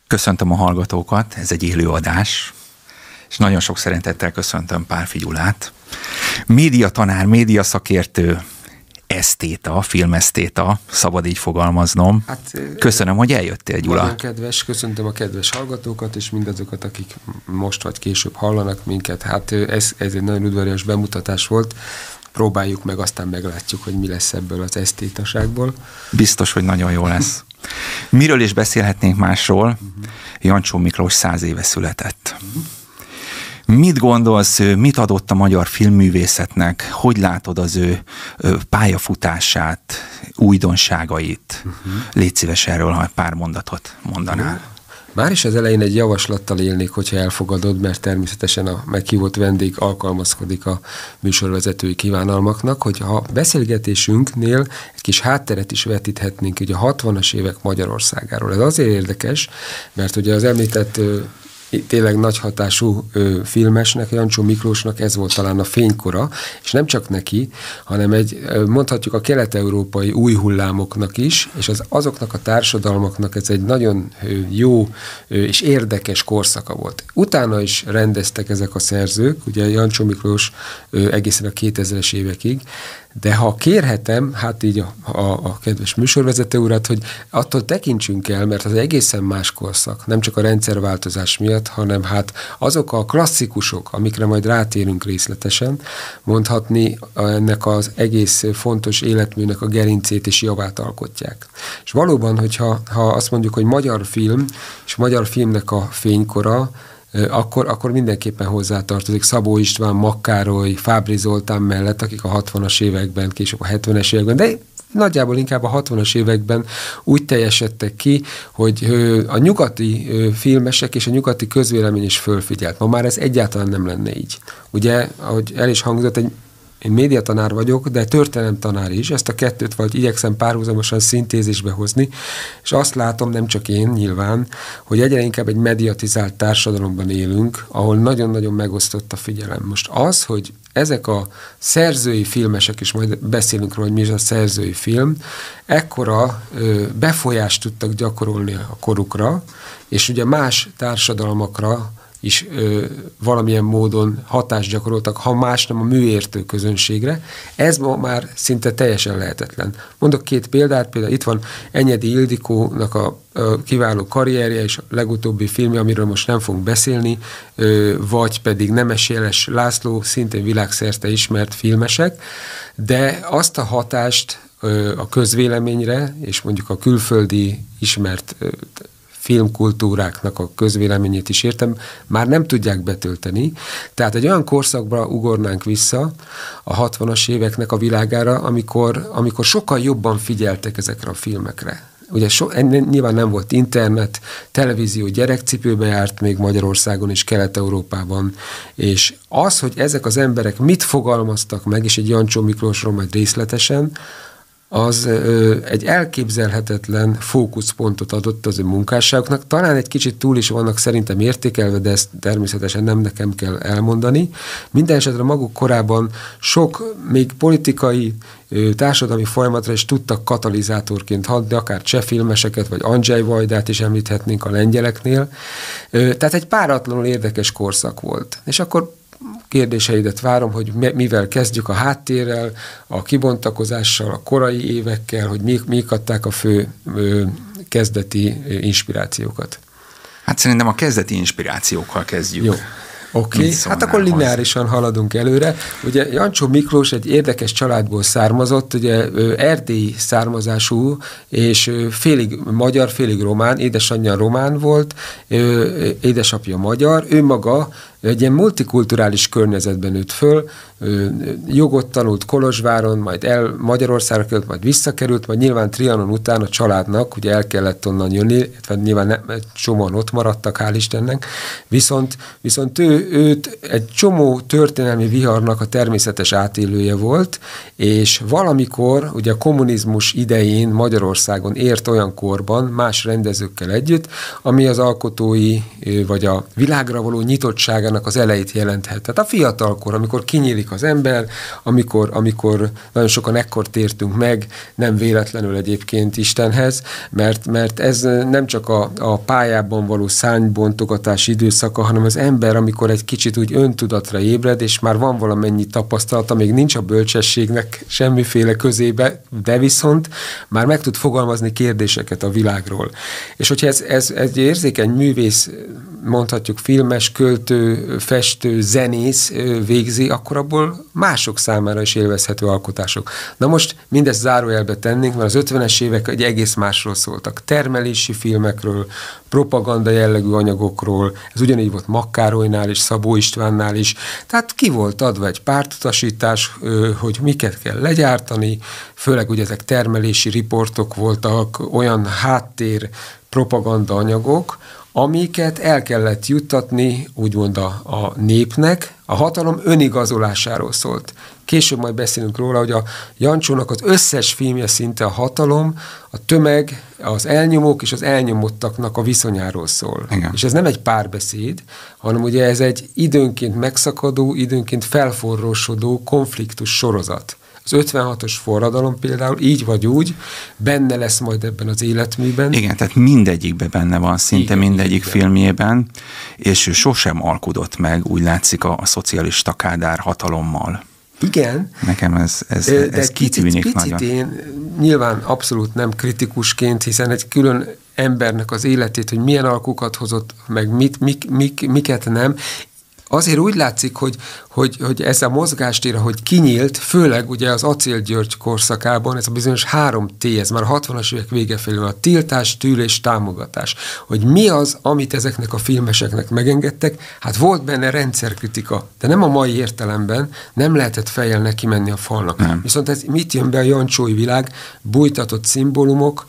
Köszöntöm a hallgatókat, ez egy élő adás, és nagyon sok szeretettel köszöntöm Pálffy Gyulát. Médiatanár, médiaszakértő, esztéta, filmesztéta, szabad így fogalmaznom. Köszönöm, hogy eljöttél, Gyula. Nagyon kedves, köszöntöm a kedves hallgatókat, és mindazokat, akik most vagy később hallanak minket. Ez egy nagyon udvarias bemutatás volt. Próbáljuk meg, aztán meglátjuk, hogy mi lesz ebből az esztétaságból. Biztos, hogy nagyon jó lesz. Miről is beszélhetnénk másról? Jancsó Miklós 100 éve született. Mit gondolsz, mit adott a magyar filmművészetnek? Hogy látod az ő pályafutását, újdonságait? Légy szíves erről, ha pár mondatot mondanál. Már is az elején egy javaslattal élnék, hogyha elfogadod, mert természetesen a meghívott vendég alkalmazkodik a műsorvezetői kívánalmaknak, hogy a beszélgetésünknél egy kis hátteret is vetíthetnénk ugye a 60-as évek Magyarországáról. Ez azért érdekes, mert ugye az említett tényleg nagy hatású filmesnek, Jancsó Miklósnak ez volt talán a fénykora, és nem csak neki, hanem mondhatjuk a kelet-európai új hullámoknak is, és azoknak a társadalmaknak ez egy nagyon jó és érdekes korszaka volt. Utána is rendeztek ezek a szerzők, ugye Jancsó Miklós egészen a 2000-es évekig, de ha kérhetem, így a kedves műsorvezető urat, hogy attól tekintsünk el, mert az egészen más korszak, nem csak a rendszerváltozás miatt, hanem azok a klasszikusok, amikre majd rátérünk részletesen, mondhatni ennek az egész fontos életműnek a gerincét és javát alkotják. És valóban, hogyha azt mondjuk, hogy magyar film, és magyar filmnek a fénykora, akkor mindenképpen hozzátartozik Szabó István, Makkároly, Fábry Zoltán mellett, akik a 60-as években, később a 70-es években, de nagyjából inkább a 60-as években úgy teljesedtek ki, hogy a nyugati filmesek és a nyugati közvélemény is fölfigyelt. Ma már ez egyáltalán nem lenne így. Ugye, ahogy el is hangzott, én médiatanár vagyok, de történelemtanár is, ezt a kettőt vagy igyekszem párhuzamosan szintézisbe hozni, és azt látom, nem csak én nyilván, hogy egyre inkább egy mediatizált társadalomban élünk, ahol nagyon-nagyon megosztott a figyelem. Most az, hogy ezek a szerzői filmesek, és majd beszélünk róla, hogy mi is a szerzői film, ekkora befolyást tudtak gyakorolni a korukra, és ugye más társadalmakra is valamilyen módon hatást gyakoroltak, ha más nem a műértő közönségre. Ez ma már szinte teljesen lehetetlen. Mondok két példát, például itt van Enyedi Ildikónak a kiváló karrierje és a legutóbbi filmje, amiről most nem fogunk beszélni, vagy pedig Nemes Jeles László, szintén világszerte ismert filmesek, de azt a hatást a közvéleményre, és mondjuk a külföldi ismert filmkultúráknak a közvéleményét is értem, már nem tudják betölteni. Tehát egy olyan korszakba ugornánk vissza a 60-as éveknek a világára, amikor sokkal jobban figyeltek ezekre a filmekre. Ugye nyilván nem volt internet, televízió gyerekcipőbe járt még Magyarországon és Kelet-Európában, és az, hogy ezek az emberek mit fogalmaztak meg, és egy Jancsó Miklósról majd részletesen, az egy elképzelhetetlen fókuszpontot adott az ő munkásságoknak. Talán egy kicsit túl is vannak szerintem értékelve, de ezt természetesen nem nekem kell elmondani. Minden esetre maguk korában sok még politikai, társadalmi folyamatra is tudtak katalizátorként hatni, akár cseh filmeseket, vagy Andrzej Vajdát is említhetnénk a lengyeleknél. Tehát egy páratlanul érdekes korszak volt. És akkor kérdéseidet várom, hogy mivel kezdjük, a háttérrel, a kibontakozással, a korai évekkel, hogy mik adták a fő kezdeti inspirációkat. Szerintem a kezdeti inspirációkkal kezdjük. Jó. Oké, akkor lineárisan haladunk előre. Ugye Jancsó Miklós egy érdekes családból származott, ugye erdélyi származású, és félig magyar, félig román, édesanyja román volt, édesapja magyar, ő maga egy ilyen multikulturális környezetben nőtt föl, jogot tanult Kolozsváron, majd Magyarországra került, majd visszakerült, majd nyilván Trianon után a családnak ugye el kellett onnan jönni, nyilván csomóan ott maradtak, hál' Istennek, viszont őt egy csomó történelmi viharnak a természetes átélője volt, és valamikor ugye a kommunizmus idején Magyarországon ért olyan korban, más rendezőkkel együtt, ami az alkotói vagy a világra való nyitottságának karrierjának az elejét jelenthet. Tehát a fiatalkor, amikor kinyílik az ember, amikor nagyon sokan ekkor tértünk meg, nem véletlenül egyébként Istenhez, mert ez nem csak a pályában való szárnybontogatás időszaka, hanem az ember, amikor egy kicsit úgy öntudatra ébred, és már van valamennyi tapasztalata, még nincs a bölcsességnek semmiféle közébe, de viszont már meg tud fogalmazni kérdéseket a világról. És hogyha ez egy érzékeny művész, mondhatjuk filmes, költő, festő, zenész végzi, akkor abból mások számára is élvezhető alkotások. Na most mindezt zárójelbe tennénk, mert az 50-es évek egy egész másról szóltak. Termelési filmekről, propaganda jellegű anyagokról, ez ugyanígy volt Makkáronynál is, Szabó Istvánnál is. Tehát ki volt adva egy pártutasítás, hogy miket kell legyártani, főleg ugye ezek termelési riportok voltak, olyan háttér propaganda anyagok, amiket el kellett juttatni, úgymond a népnek, a hatalom önigazolásáról szólt. Később majd beszélünk róla, hogy a Jancsónak az összes filmje szinte a hatalom, a tömeg, az elnyomók és az elnyomottaknak a viszonyáról szól. Igen. És ez nem egy párbeszéd, hanem ugye ez egy időnként megszakadó, időnként felforrósodó konfliktus sorozat. Az 56-os forradalom például így vagy úgy benne lesz majd ebben az életműben. Igen, tehát mindegyikben benne van, szinte igen, mindegyik filmjében, és ő sosem alkudott meg, úgy látszik a szocialista Kádár hatalommal. Igen. Nekem ez kitűnik nagyon. Picit én nyilván abszolút nem kritikusként, hiszen egy külön embernek az életét, hogy milyen alkukat hozott, meg miket nem. Azért úgy látszik, hogy ez a mozgástér, hogy kinyílt, főleg ugye az Acél György korszakában, ez a bizonyos 3T, ez már a 60-as évek vége felé van, a tiltás, tűrés, támogatás. Hogy mi az, amit ezeknek a filmeseknek megengedtek? Hát volt benne rendszerkritika, de nem a mai értelemben, nem lehetett fejjel neki menni a falnak. Nem. Viszont ez mit jön be a jancsói világ? Bújtatott szimbólumok,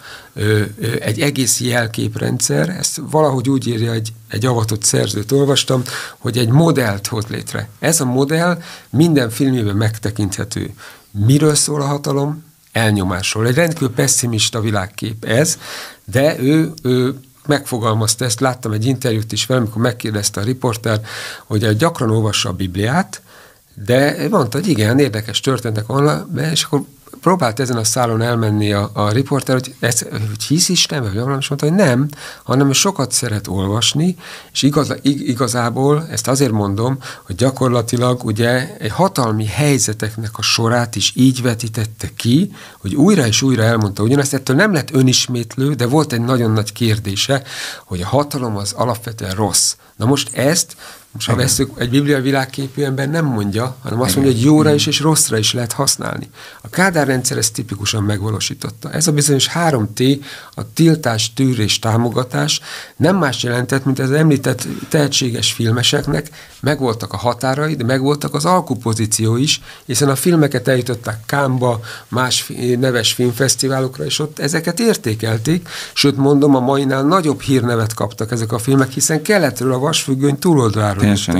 egy egész jelképrendszer, ezt valahogy úgy írja, egy avatott szerzőt olvastam, hogy egy modellt hoz létre. Ez a modell minden filmjében megtekinthető. Miről szól a hatalom? Elnyomásról. Egy rendkívül pesszimista világkép ez, de ő megfogalmazta ezt, láttam egy interjút is vele, amikor megkérdezte a riporter, hogy gyakran olvassa a Bibliát, de mondta, hogy igen, érdekes történetek vannak, és akkor próbált ezen a szálon elmenni a riporter, hogy hisz Istenben, vagy valami, és mondta, hogy nem, hanem ő sokat szeret olvasni, és igazából, ezt azért mondom, hogy gyakorlatilag ugye egy hatalmi helyzeteknek a sorát is így vetítette ki, hogy újra és újra elmondta ugyanezt, ettől nem lett önismétlő, de volt egy nagyon nagy kérdése, hogy a hatalom az alapvetően rossz. Na most ezt, ha veszük, egy Biblia világképű ember nem mondja, hanem azt mondja, hogy jóra is és rosszra is lehet használni. A Kádár rendszer ezt tipikusan megvalósította. Ez a bizonyos 3T, a tiltás, tűrés, támogatás nem más jelentett, mint az említett tehetséges filmeseknek, megvoltak a határai, de megvoltak az alkupozíció is, hiszen a filmeket eljutották Cannesba, más neves filmfesztiválokra, és ott ezeket értékelték, sőt mondom, a mainál nagyobb hírnevet kaptak ezek a filmek, hiszen keletről a vasfüggöny túloldaláról.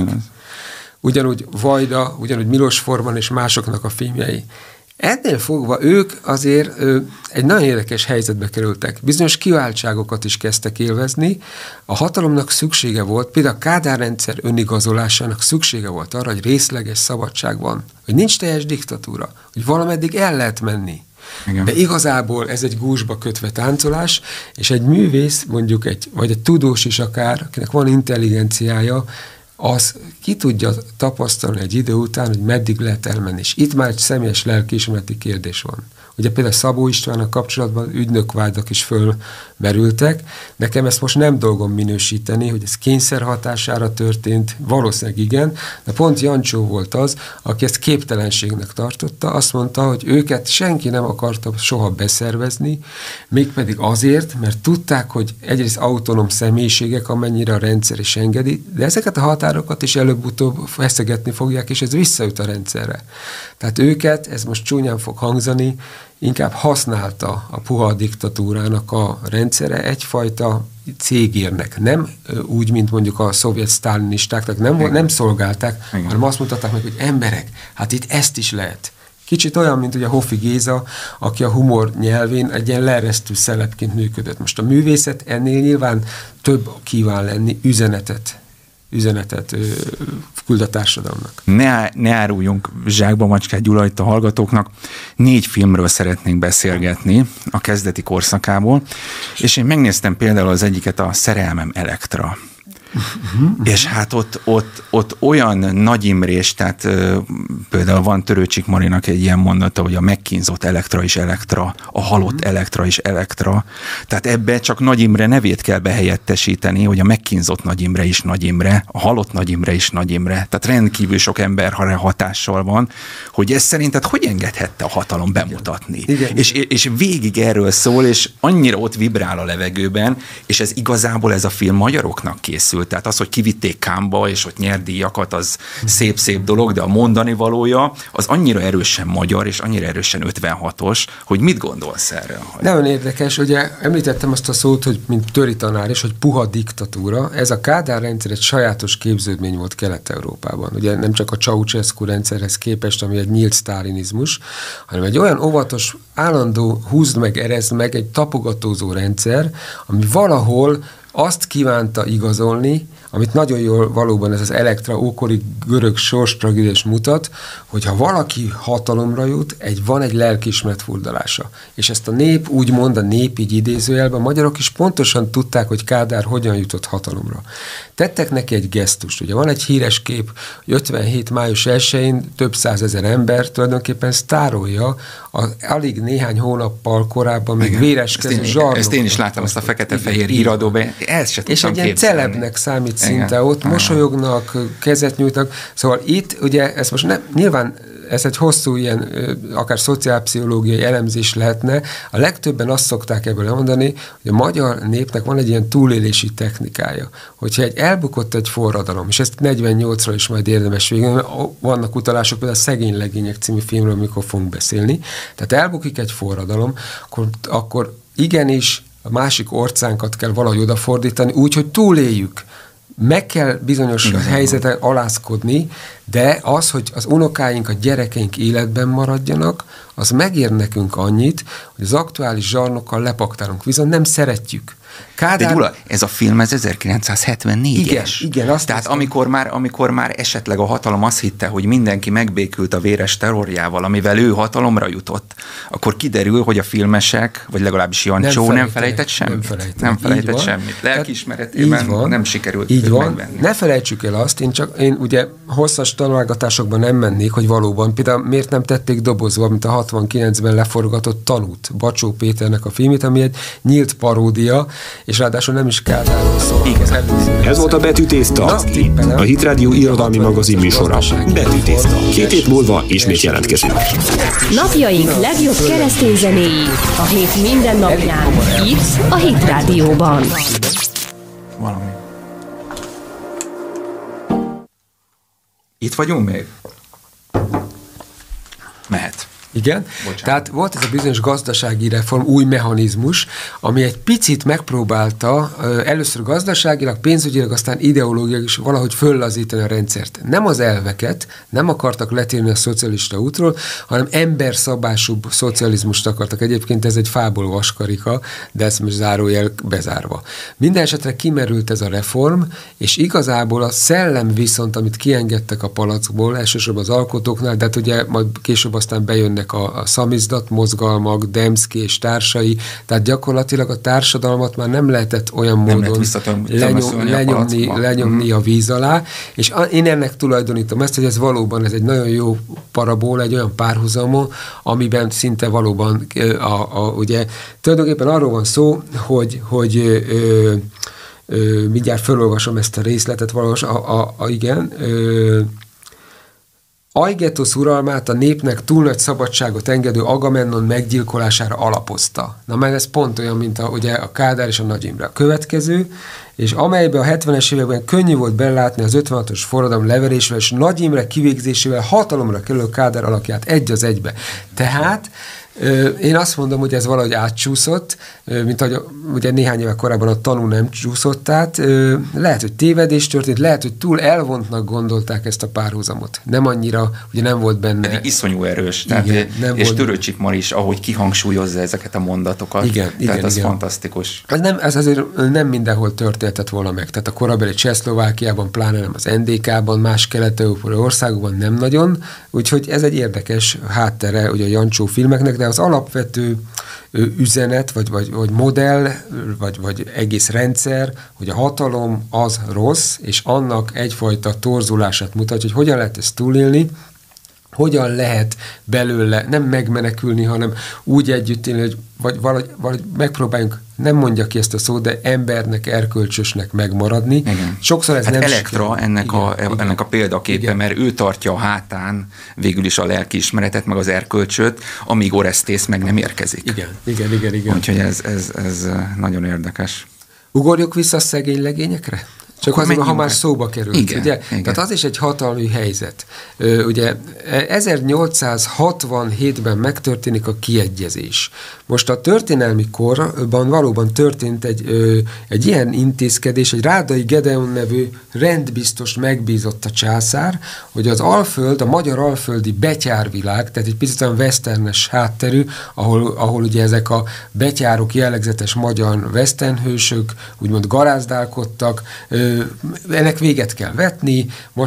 Ugyanúgy Vajda, ugyanúgy Milos Forman és másoknak a filmjei. Ennél fogva ők azért egy nagyon érdekes helyzetbe kerültek. Bizonyos kiváltságokat is kezdtek élvezni. A hatalomnak szüksége volt, például a Kádár rendszer önigazolásának szüksége volt arra, hogy részleges szabadság van, hogy nincs teljes diktatúra, hogy valameddig el lehet menni. Igen. De igazából ez egy gúzsba kötve táncolás, és egy művész, mondjuk vagy egy tudós is akár, akinek van intelligenciája, az ki tudja tapasztalni egy idő után, hogy meddig lehet elmenni. És itt már egy személyes lelkiismereti kérdés van. Ugye például Szabó Istvánnal kapcsolatban ügynökvádak is fölmerültek. Nekem ezt most nem dolgom minősíteni, hogy ez kényszer hatására történt, valószínűleg igen, de pont Jancsó volt az, aki ezt képtelenségnek tartotta. Azt mondta, hogy őket senki nem akarta soha beszervezni, mégpedig azért, mert tudták, hogy egyrészt autonóm személyiségek, amennyire a rendszer is engedi, de ezeket a határokat is előbb-utóbb feszegetni fogják, és ez visszaüt a rendszerre. Tehát őket, ez most csúnyán fog hangzani, inkább használta a puha diktatúrának a rendszere egyfajta cégérnek. Nem úgy, mint mondjuk a szovjet sztálinisták, tehát nem szolgálták, hanem azt mutatták meg, hogy emberek, hát itt ezt is lehet. Kicsit olyan, mint ugye Hoffi Géza, aki a humor nyelvén egy ilyen leeresztő szelepként működött. Most a művészet ennél nyilván több kíván lenni, üzenetet üzenetet küld a társadalomnak. Ne áruljunk zsákba macskát, Gyula, itt a hallgatóknak. 4 filmről szeretnénk beszélgetni a kezdeti korszakából, és én megnéztem például az egyiket, a Szerelmem Elektra. És hát ott olyan Nagy Imrés, tehát például van Törőcsik Marinak egy ilyen mondata, hogy a megkínzott Elektra is Elektra, a halott Elektra is Elektra. Tehát ebbe csak Nagy Imre nevét kell behelyettesíteni, hogy a megkínzott Nagy Imre is Nagy Imre, a halott Nagy Imre is Nagy Imre. Tehát rendkívül sok ember hatással van, hogy ez szerinted hogy engedhette a hatalom bemutatni? Igen. És végig erről szól, és annyira ott vibrál a levegőben, és ez igazából ez a film magyaroknak készül. Tehát az, hogy kivitték Cannesba, és ott nyert díjakat, az szép-szép dolog, de a mondani valója az annyira erősen magyar, és annyira erősen 56-os, hogy mit gondolsz erről? Nagyon érdekes, ugye említettem azt a szót, hogy mint töri tanár is, hogy puha diktatúra. Ez a Kádár rendszer egy sajátos képződmény volt Kelet-Európában. Ugye nem csak a Ceausescu rendszerhez képest, ami egy nyílt sztálinizmus, hanem egy olyan óvatos, állandó húzd meg, erezd meg, egy tapogatózó rendszer, ami valahol azt kívánta igazolni, amit nagyon jól valóban ez az Elektra ókori görög sorstragédiás mutat, hogy ha valaki hatalomra jut, van egy lelkiismeret furdalása. És ezt a nép úgymond, a nép így idézőjelben, a magyarok is pontosan tudták, hogy Kádár hogyan jutott hatalomra. Tettek neki egy gesztust. Ugye van egy híres kép, hogy 57. május 1-én több százezer ember tulajdonképpen sztárolja alig néhány hónappal korábban még véreskező zsarnok. Ezt én is láttam, ezt a fekete-fehér híradóban, ezt se és egy ilyen celebnek számít szinte ott, mosolyognak, kezet nyújtanak. Szóval itt, ugye, ez most nem, nyilván ez egy hosszú ilyen, akár szociálpszichológiai elemzés lehetne. A legtöbben azt szokták ebből elmondani, hogy a magyar népnek van egy ilyen túlélési technikája. Hogyha elbukott egy forradalom, és ezt 48-ra is majd érdemes végül, mert vannak utalások, például a Szegény legények című filmről, amikor fogunk beszélni. Tehát elbukik egy forradalom, akkor igenis a másik orcánkat kell valahogy odafordítani, úgy, hogy túléljük. Meg kell bizonyos helyzeten alázkodni, de az, hogy az unokáink, a gyerekeink életben maradjanak, az megér nekünk annyit, hogy az aktuális zsarnokkal lepaktálunk. Viszont nem szeretjük. Kádár... De Gyula, ez a film ez 1974-es. Igen, azt tehát amikor már esetleg a hatalom azt hitte, hogy mindenki megbékült a véres terrorjával, amivel ő hatalomra jutott, akkor kiderül, hogy a filmesek, vagy legalábbis Jancsó nem felejtett semmit. Nem felejtett semmit. Lelkiismeretében nem sikerült így van. Megvenni. Ne felejtsük el azt, én ugye hosszas tanulgatásokban nem mennék, hogy valóban például miért nem tették dobozva, mint a 69-ben leforgatott Tanút, Bacsó Péternek a filmét, ami egy nyílt paródia, és ráadásul nem is Kádárról szól. Ez volt a Betűtészta, a Hitrádió irodalmi magazin műsora. Betűtészta. 2 hét múlva ismét jelentkezünk. Napjaink legjobb keresztény zenéi a hét minden napján, itt a Hitrádióban. Valami. Itt vagyunk még? Mehet. Igen, Bocsánat. Tehát volt ez a bizonyos gazdasági reform, új mechanizmus, ami egy picit megpróbálta először gazdaságilag, pénzügyileg, aztán ideológiailag is valahogy föllazítani a rendszert. Nem az elveket, nem akartak letérni a szocialista útról, hanem emberszabásúbb szocializmust akartak. Egyébként ez egy fából vaskarika, de ezt most zárójel bezárva. Minden esetre kimerült ez a reform, és igazából a szellem viszont, amit kiengedtek a palackból, elsősorban az alkotóknál, de hát ugye majd később aztán bejönnek a szamizdat mozgalmak, Demszky és társai, tehát gyakorlatilag a társadalmat már nem lehetett olyan módon lenyomni a víz alá, és én ennek tulajdonítom ezt, hogy ez valóban ez egy nagyon jó parabóla, egy olyan párhuzamú, amiben szinte valóban ugye tulajdonképpen arról van szó, hogy mindjárt felolvasom ezt a részletet, igen, Aigetosz uralmát a népnek túl nagy szabadságot engedő Agamennon meggyilkolására alapozta. Na, mert ez pont olyan, mint ugye a Kádár és a Nagy Imre. A következő, és amelyben a 70-es években könnyű volt belátni az 56-os forradalom leverésével és Nagy Imre kivégzésével hatalomra kerülő Kádár alakját egy az egybe. Tehát én azt mondom, hogy ez valahogy átcsúszott, mint ahogy ugye néhány éve korábban a Tanú nem csúszott át. Lehet, hogy tévedés történt, lehet, hogy túl elvontnak gondolták ezt a párhuzamot. Nem annyira, ugye nem volt benne... Pedig iszonyú erős. Tehát, igen, és Törőcsik Mari is, ahogy kihangsúlyozza ezeket a mondatokat. Igen, tehát az fantasztikus. Ez azért nem mindenhol történt. történhetett volna meg. Tehát a korabeli Csehszlovákiában, pláne nem az NDK-ban, más kelet-európai országokban nem nagyon, úgyhogy ez egy érdekes háttere ugye a Jancsó filmeknek, de az alapvető üzenet, vagy modell, vagy egész rendszer, hogy a hatalom az rossz, és annak egyfajta torzulását mutatja, hogy hogyan lehet ezt túlélni, hogyan lehet belőle nem megmenekülni, hanem úgy együtt élni, hogy vagy megpróbáljunk, nem mondja ki ezt a szót, de embernek, erkölcsösnek megmaradni. Igen. Sokszor ez hát nem Elektra ennek a példaképe, igen. Mert ő tartja a hátán végül is a lelkiismeretet, meg az erkölcsöt, amíg Orestész meg nem érkezik. Igen. Úgyhogy ez nagyon érdekes. Ugorjuk vissza a szegény legényekre? Csak azért, ha már szóba került. Igen, ugye? Igen. Tehát az is egy hatalmi helyzet. Ugye 1867-ben megtörténik a kiegyezés. Most a történelmi korban valóban történt egy ilyen intézkedés, egy Rádai Gedeon nevű rendbiztos megbízott a császár, hogy az Alföld, a magyar alföldi betyárvilág, tehát egy picit olyan westernes hátterű, ahol ugye ezek a betyárok jellegzetes magyar westernhősök, úgymond garázdálkodtak, ennek véget kell vetni,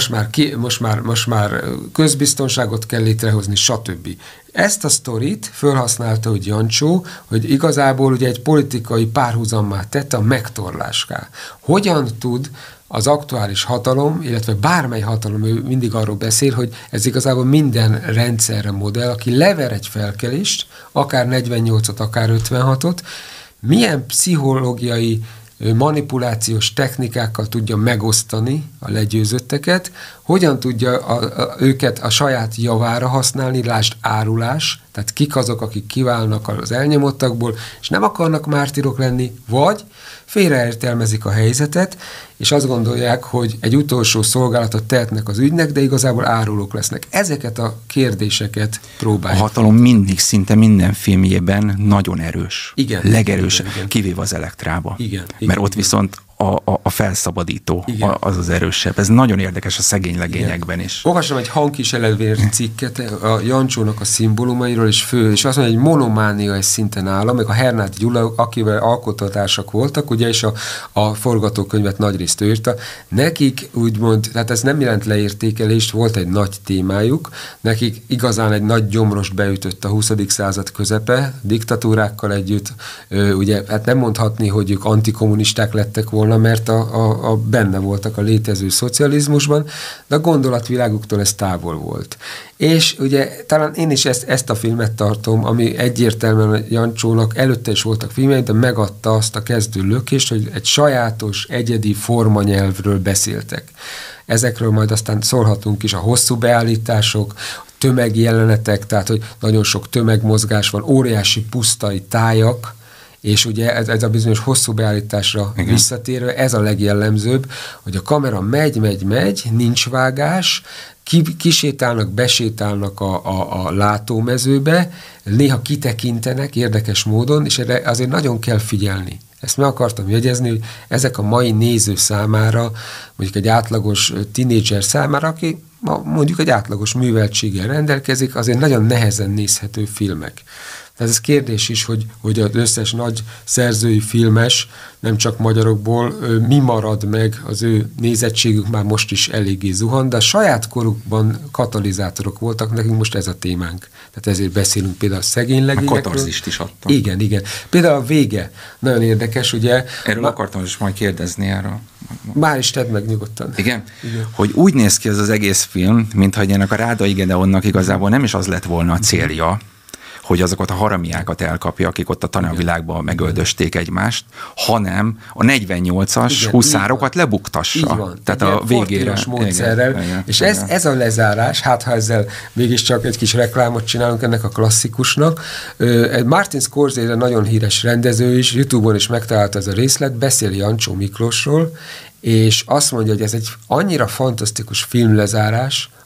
most már közbiztonságot kell létrehozni, stb. Ezt a sztorit felhasználta úgy Jancsó, hogy igazából ugye egy politikai párhuzammá tette a megtorláská. Hogyan tud az aktuális hatalom, illetve bármely hatalom, ő mindig arról beszél, hogy ez igazából minden rendszerre modell, aki lever egy felkelést, akár 48-ot, akár 56-ot, milyen pszichológiai manipulációs technikákkal tudja megosztani a legyőzötteket, hogyan tudja őket a saját javára használni, lásd árulás, tehát kik azok, akik kiválnak az elnyomottakból, és nem akarnak mártirok lenni, vagy félreértelmezik a helyzetet, és azt gondolják, hogy egy utolsó szolgálatot tehetnek az ügynek, de igazából árulók lesznek. Ezeket a kérdéseket próbálják. A hatalom mindig, szinte minden filmjében nagyon erős. Igen. Legerős, igen. Kivéve az Elektrába. Igen. Mert ott viszont a felszabadító, az erősebb. Ez nagyon érdekes a szegény legényekben is. Olvasom egy hangkísérletvér cikket a Jancsónak a szimbólumairól, és azt mondja, hogy monománia ez szinten áll, meg a Hernádi Gyula, akivel alkotótársak voltak, ugye, és a forgatókönyvet nagyrészt ő írta. Nekik úgymond, tehát ez nem jelent leértékelést, volt egy nagy témájuk, nekik igazán egy nagy gyomrost beütött a 20. század közepe, diktatúrákkal együtt, ugye, hát nem mondhatni, hogy ők antikommunisták lettek volna, mert benne voltak a létező szocializmusban, de a gondolatviláguktól ez távol volt. És ugye talán én is ezt a filmet tartom, ami egyértelműen Jancsónak előtte is voltak filmjei, de megadta azt a kezdő lökést, hogy egy sajátos, egyedi formanyelvről beszéltek. Ezekről majd aztán szólhatunk is, a hosszú beállítások, tömegjelenetek, tehát hogy nagyon sok tömegmozgás van, óriási pusztai tájak, és ugye ez a bizonyos hosszú beállításra visszatérve, ez a legjellemzőbb, hogy a kamera megy, nincs vágás, kisétálnak, besétálnak a látómezőbe, néha kitekintenek érdekes módon, és erre azért nagyon kell figyelni. Ezt meg akartam jegyezni, hogy ezek a mai néző számára, mondjuk egy átlagos tinédzser számára, aki mondjuk egy átlagos műveltséggel rendelkezik, azért nagyon nehezen nézhető filmek. Tehát ez kérdés is, hogy az összes nagy szerzői filmes, nem csak magyarokból, mi marad meg, az ő nézettségük már most is eléggé zuhan, de a saját korukban katalizátorok voltak, nekünk most ez a témánk. Tehát ezért beszélünk például a szegény legényekről. Katarzist is adtam. Igen. Például a vége. Nagyon érdekes, ugye. Erről akartam is majd kérdezni erről. Már is tedd meg nyugodtan. Igen? Hogy úgy néz ki ez az egész film, mintha ennek a Rádai Gedeonnak igazából nem is az lett volna a célja, hogy azokat a haramiákat elkapja, akik ott a tanárvilágban megöldösték egymást, hanem a 48-as huszárokat lebuktassa. Így van. Tehát a végére. Módszerrel. Igen, és ez a lezárás, hát ha ezzel mégiscsak egy kis reklámot csinálunk ennek a klasszikusnak. Martin Scorsese nagyon híres rendező is, YouTube-on is megtalálta ez a részlet, beszél Jancsó Miklósról, és azt mondja, hogy ez egy annyira fantasztikus filmlezárás,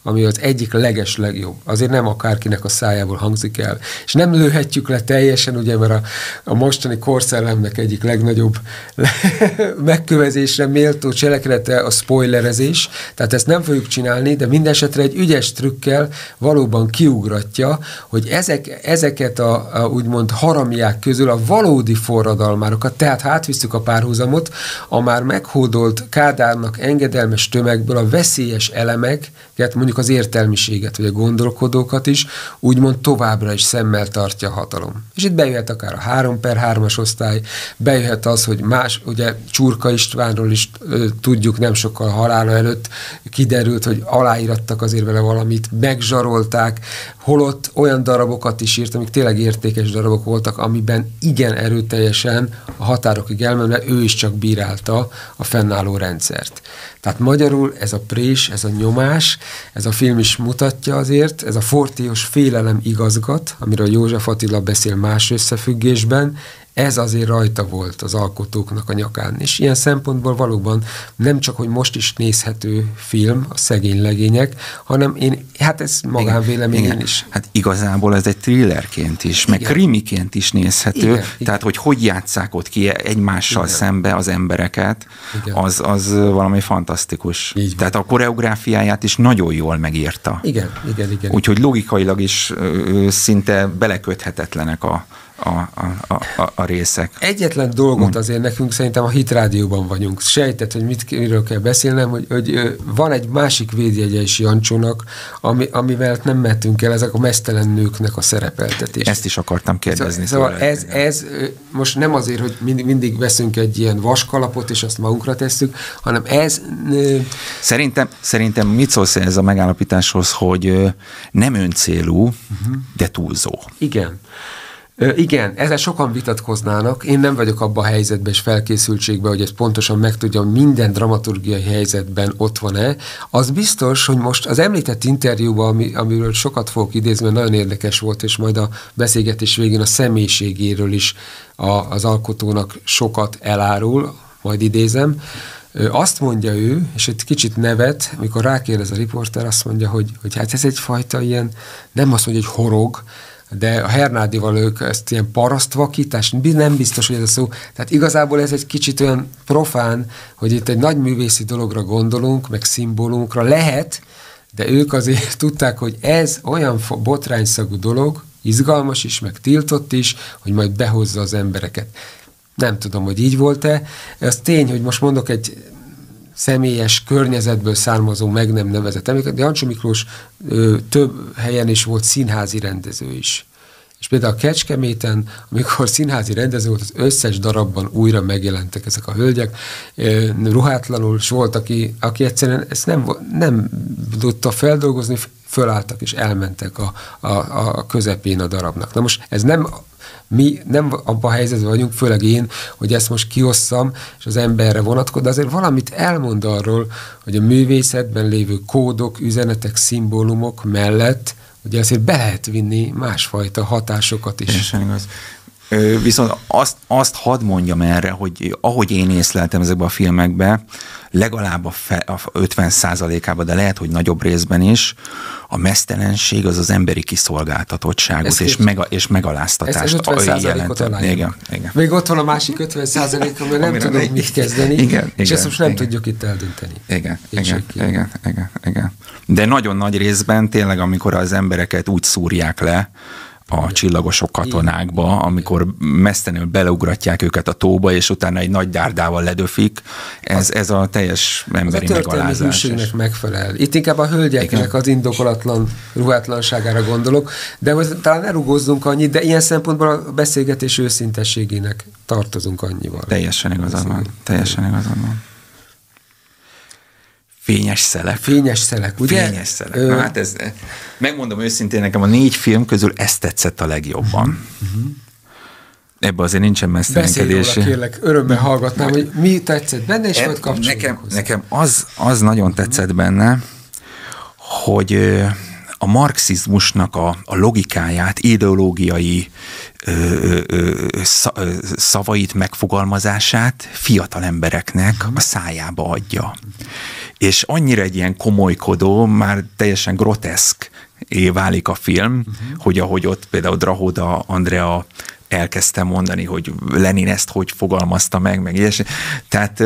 ami az egyik legjobb. Azért nem akárkinek a szájából hangzik el. És nem lőhetjük le teljesen, ugye, mert a mostani korszellemnek egyik legnagyobb megkövezésre méltó cselekedete a spoilerezés, tehát ezt nem fogjuk csinálni, de minden esetre egy ügyes trükkel valóban kiugratja, hogy ezeket a úgymond haramiák közül a valódi forradalmárokat, tehát ha átvisszük a párhuzamot, a már meghódolt Kádárnak engedelmes tömegből a veszélyes elemeket, mondjuk az értelmiséget, vagy a gondolkodókat is, úgymond továbbra is szemmel tartja a hatalom. És itt bejöhet akár a 3/3-as osztály, bejöhet az, hogy más, ugye Csurka Istvánról is tudjuk, nem sokkal halála előtt kiderült, hogy aláírattak azért vele valamit, megzsarolták, holott olyan darabokat is írt, amik tényleg értékes darabok voltak, amiben igen erőteljesen a határokig elmenve ő is csak bírálta a fennálló rendszert. Tehát magyarul ez a prés, ez a nyomás, ez a film is mutatja azért, ez a fortélyos félelem igazgat, amiről József Attila beszél más összefüggésben, ez azért rajta volt az alkotóknak a nyakán. És ilyen szempontból valóban nem csak, hogy most is nézhető film, a Szegény legények, hanem hát ez magánvéleményen is. Hát igazából ez egy thrillerként is, meg krimiként is nézhető, tehát hogy játsszák ott ki egymással szembe az embereket, az valami fantasztikus. Tehát a koreográfiáját is nagyon jól megírta. Igen. Úgyhogy logikailag is szinte beleköthetetlenek a részek. Egyetlen dolgot azért nekünk szerintem a Hit Rádióban vagyunk. Sejtett, hogy miről kell beszélnem, hogy van egy másik védjegye is Jancsónak, amivel nem mehetünk el, ezek a meztelen nőknek a szerepeltetés. Ezt is akartam kérdezni. Szóval ez most nem azért, hogy mindig veszünk egy ilyen vaskalapot, és azt magunkra tesszük, hanem ez... Szerintem mit szólsz ez a megállapításhoz, hogy nem öncélú, de túlzó. Igen, ezzel sokan vitatkoznának. Én nem vagyok abban a helyzetben és felkészültségben, hogy ezt pontosan megtudjam, minden dramaturgiai helyzetben ott van-e. Az biztos, hogy most az említett interjúban, amiről sokat fogok idézni, mert nagyon érdekes volt, és majd a beszélgetés végén a személyiségéről is az alkotónak sokat elárul, majd idézem. Azt mondja ő, és egy kicsit nevet, amikor rákérdez a riporter, azt mondja, hogy hát ez egyfajta ilyen, nem azt mondja, hogy horog, de a Hernádival ők ezt ilyen parasztvakítás, nem biztos, hogy ez a szó. Tehát igazából ez egy kicsit olyan profán, hogy itt egy nagy művészi dologra gondolunk, meg szimbólumokra lehet, de ők azért tudták, hogy ez olyan botrányszagú dolog, izgalmas is, meg tiltott is, hogy majd behozza az embereket. Nem tudom, hogy így volt-e. Ez tény, hogy most mondok egy személyes környezetből származó, meg nem nevezett emléket, de Jancsó Miklós több helyen is volt színházi rendező is. És például a Kecskeméten, amikor színházi rendező volt, az összes darabban újra megjelentek ezek a hölgyek, ruhátlanul, és volt, aki egyszerűen ezt nem tudta feldolgozni, fölálltak és elmentek a közepén a darabnak. Na most ez mi nem abban a helyzetben vagyunk, főleg én, hogy ezt most kiosszam, és az emberre vonatkozik, de azért valamit elmond arról, hogy a művészetben lévő kódok, üzenetek, szimbólumok mellett, ugye azért be lehet vinni másfajta hatásokat is. Viszont azt hadd mondjam erre, hogy ahogy én észleltem ezekben a filmekben, legalább a 50%-ában, de lehet, hogy nagyobb részben is, a meztelenség az emberi kiszolgáltatottságot és megaláztatást jelent. Igen. Még ott van a másik 50%, amivel nem tudunk mit kezdeni, és ezt most nem tudjuk itt eldönteni. Igen. De nagyon nagy részben tényleg, amikor az embereket úgy szúrják le, a csillagosok katonákba, amikor mesztelenül beleugratják őket a tóba, és utána egy nagy dárdával ledöfik, ez a teljes emberi megalázás. Az a történelmi hűségnek megfelel. Itt inkább a hölgyeknek az indokolatlan ruhátlanságára gondolok, de talán ne rugózzunk annyit, de ilyen szempontból a beszélgetés őszintességének tartozunk annyival. Teljesen igazad van. Fényes szelek, ugye? Fényes szelek. Na, hát ez, megmondom őszintén, nekem a 4 film közül ezt tetszett a legjobban. Ebben azért nincsen mesztelenkedés. Beszélj róla, kérlek, örömmel hallgatnám, hogy mi tetszett benne, és majd kapcsolunk hozzá. Nekem az nagyon tetszett benne, hogy a marxizmusnak a logikáját, ideológiai szavait, megfogalmazását fiatal embereknek a szájába adja. és annyira egy ilyen komolykodó, már teljesen groteszk válik a film, hogy ahogy ott például Drahoda Andrea elkezdtem mondani, hogy Lenin ezt hogy fogalmazta meg ilyesmi. Tehát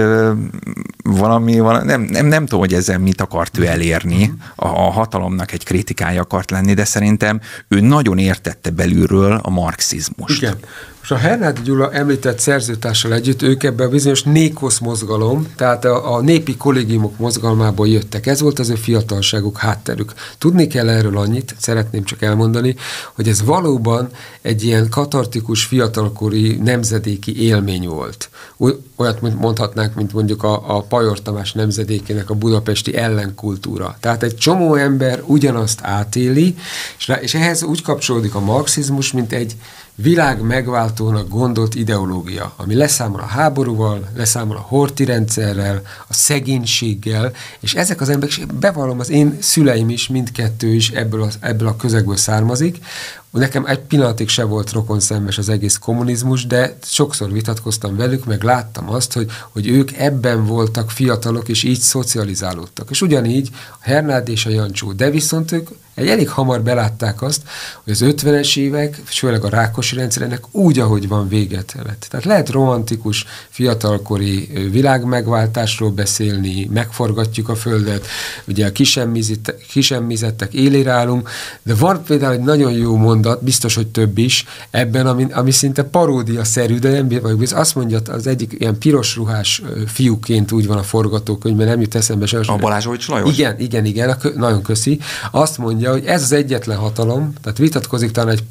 nem tudom, hogy ezzel mit akart ő elérni. A hatalomnak egy kritikája akart lenni, de szerintem ő nagyon értette belülről a marxizmust. Igen. Most a Hernádi Gyula említett szerzőtársal együtt, ők ebben a bizonyos Nékosz mozgalom, tehát a népi kollégiumok mozgalmából jöttek. Ez volt az ő fiatalságuk, hátterük. Tudni kell erről annyit, szeretném csak elmondani, hogy ez valóban egy ilyen katartikus, fiatalkori nemzedéki élmény volt. Olyat mondhatnánk, mint mondjuk a Pajor Tamás nemzedékének a budapesti ellenkultúra. Tehát egy csomó ember ugyanazt átéli, és ehhez úgy kapcsolódik a marxizmus, mint egy világ megváltónak gondolt ideológia, ami leszámol a háborúval, leszámol a horthy rendszerrel, a szegénységgel, és ezek az emberek, bevallom, az én szüleim is, mindkettő is ebből a közegből származik. Nekem egy pillanatig se volt rokonszenves az egész kommunizmus, de sokszor vitatkoztam velük, meg láttam azt, hogy ők ebben voltak fiatalok, és így szocializálódtak. És ugyanígy a Hernádi és a Jancsó, de viszont ők elég hamar belátták azt, hogy az 50-es évek, főleg a Rákosi rendszernek úgy, ahogy van, véget lett. Tehát lehet romantikus, fiatalkori világmegváltásról beszélni, megforgatjuk a földet, ugye a kisemmizettek élére állunk, de van például egy nagyon jó mondat, biztos, hogy több is, ebben, ami szinte paródia-szerű, de nem vagyok, azt mondja, az egyik ilyen piros ruhás fiúként úgy van a forgatókönyvben, nem jut eszembe se. A Balázsovics Lajos? Igen, nagyon köszi. Azt mondja, hogy ez az egyetlen hatalom, tehát vitatkozik talán egy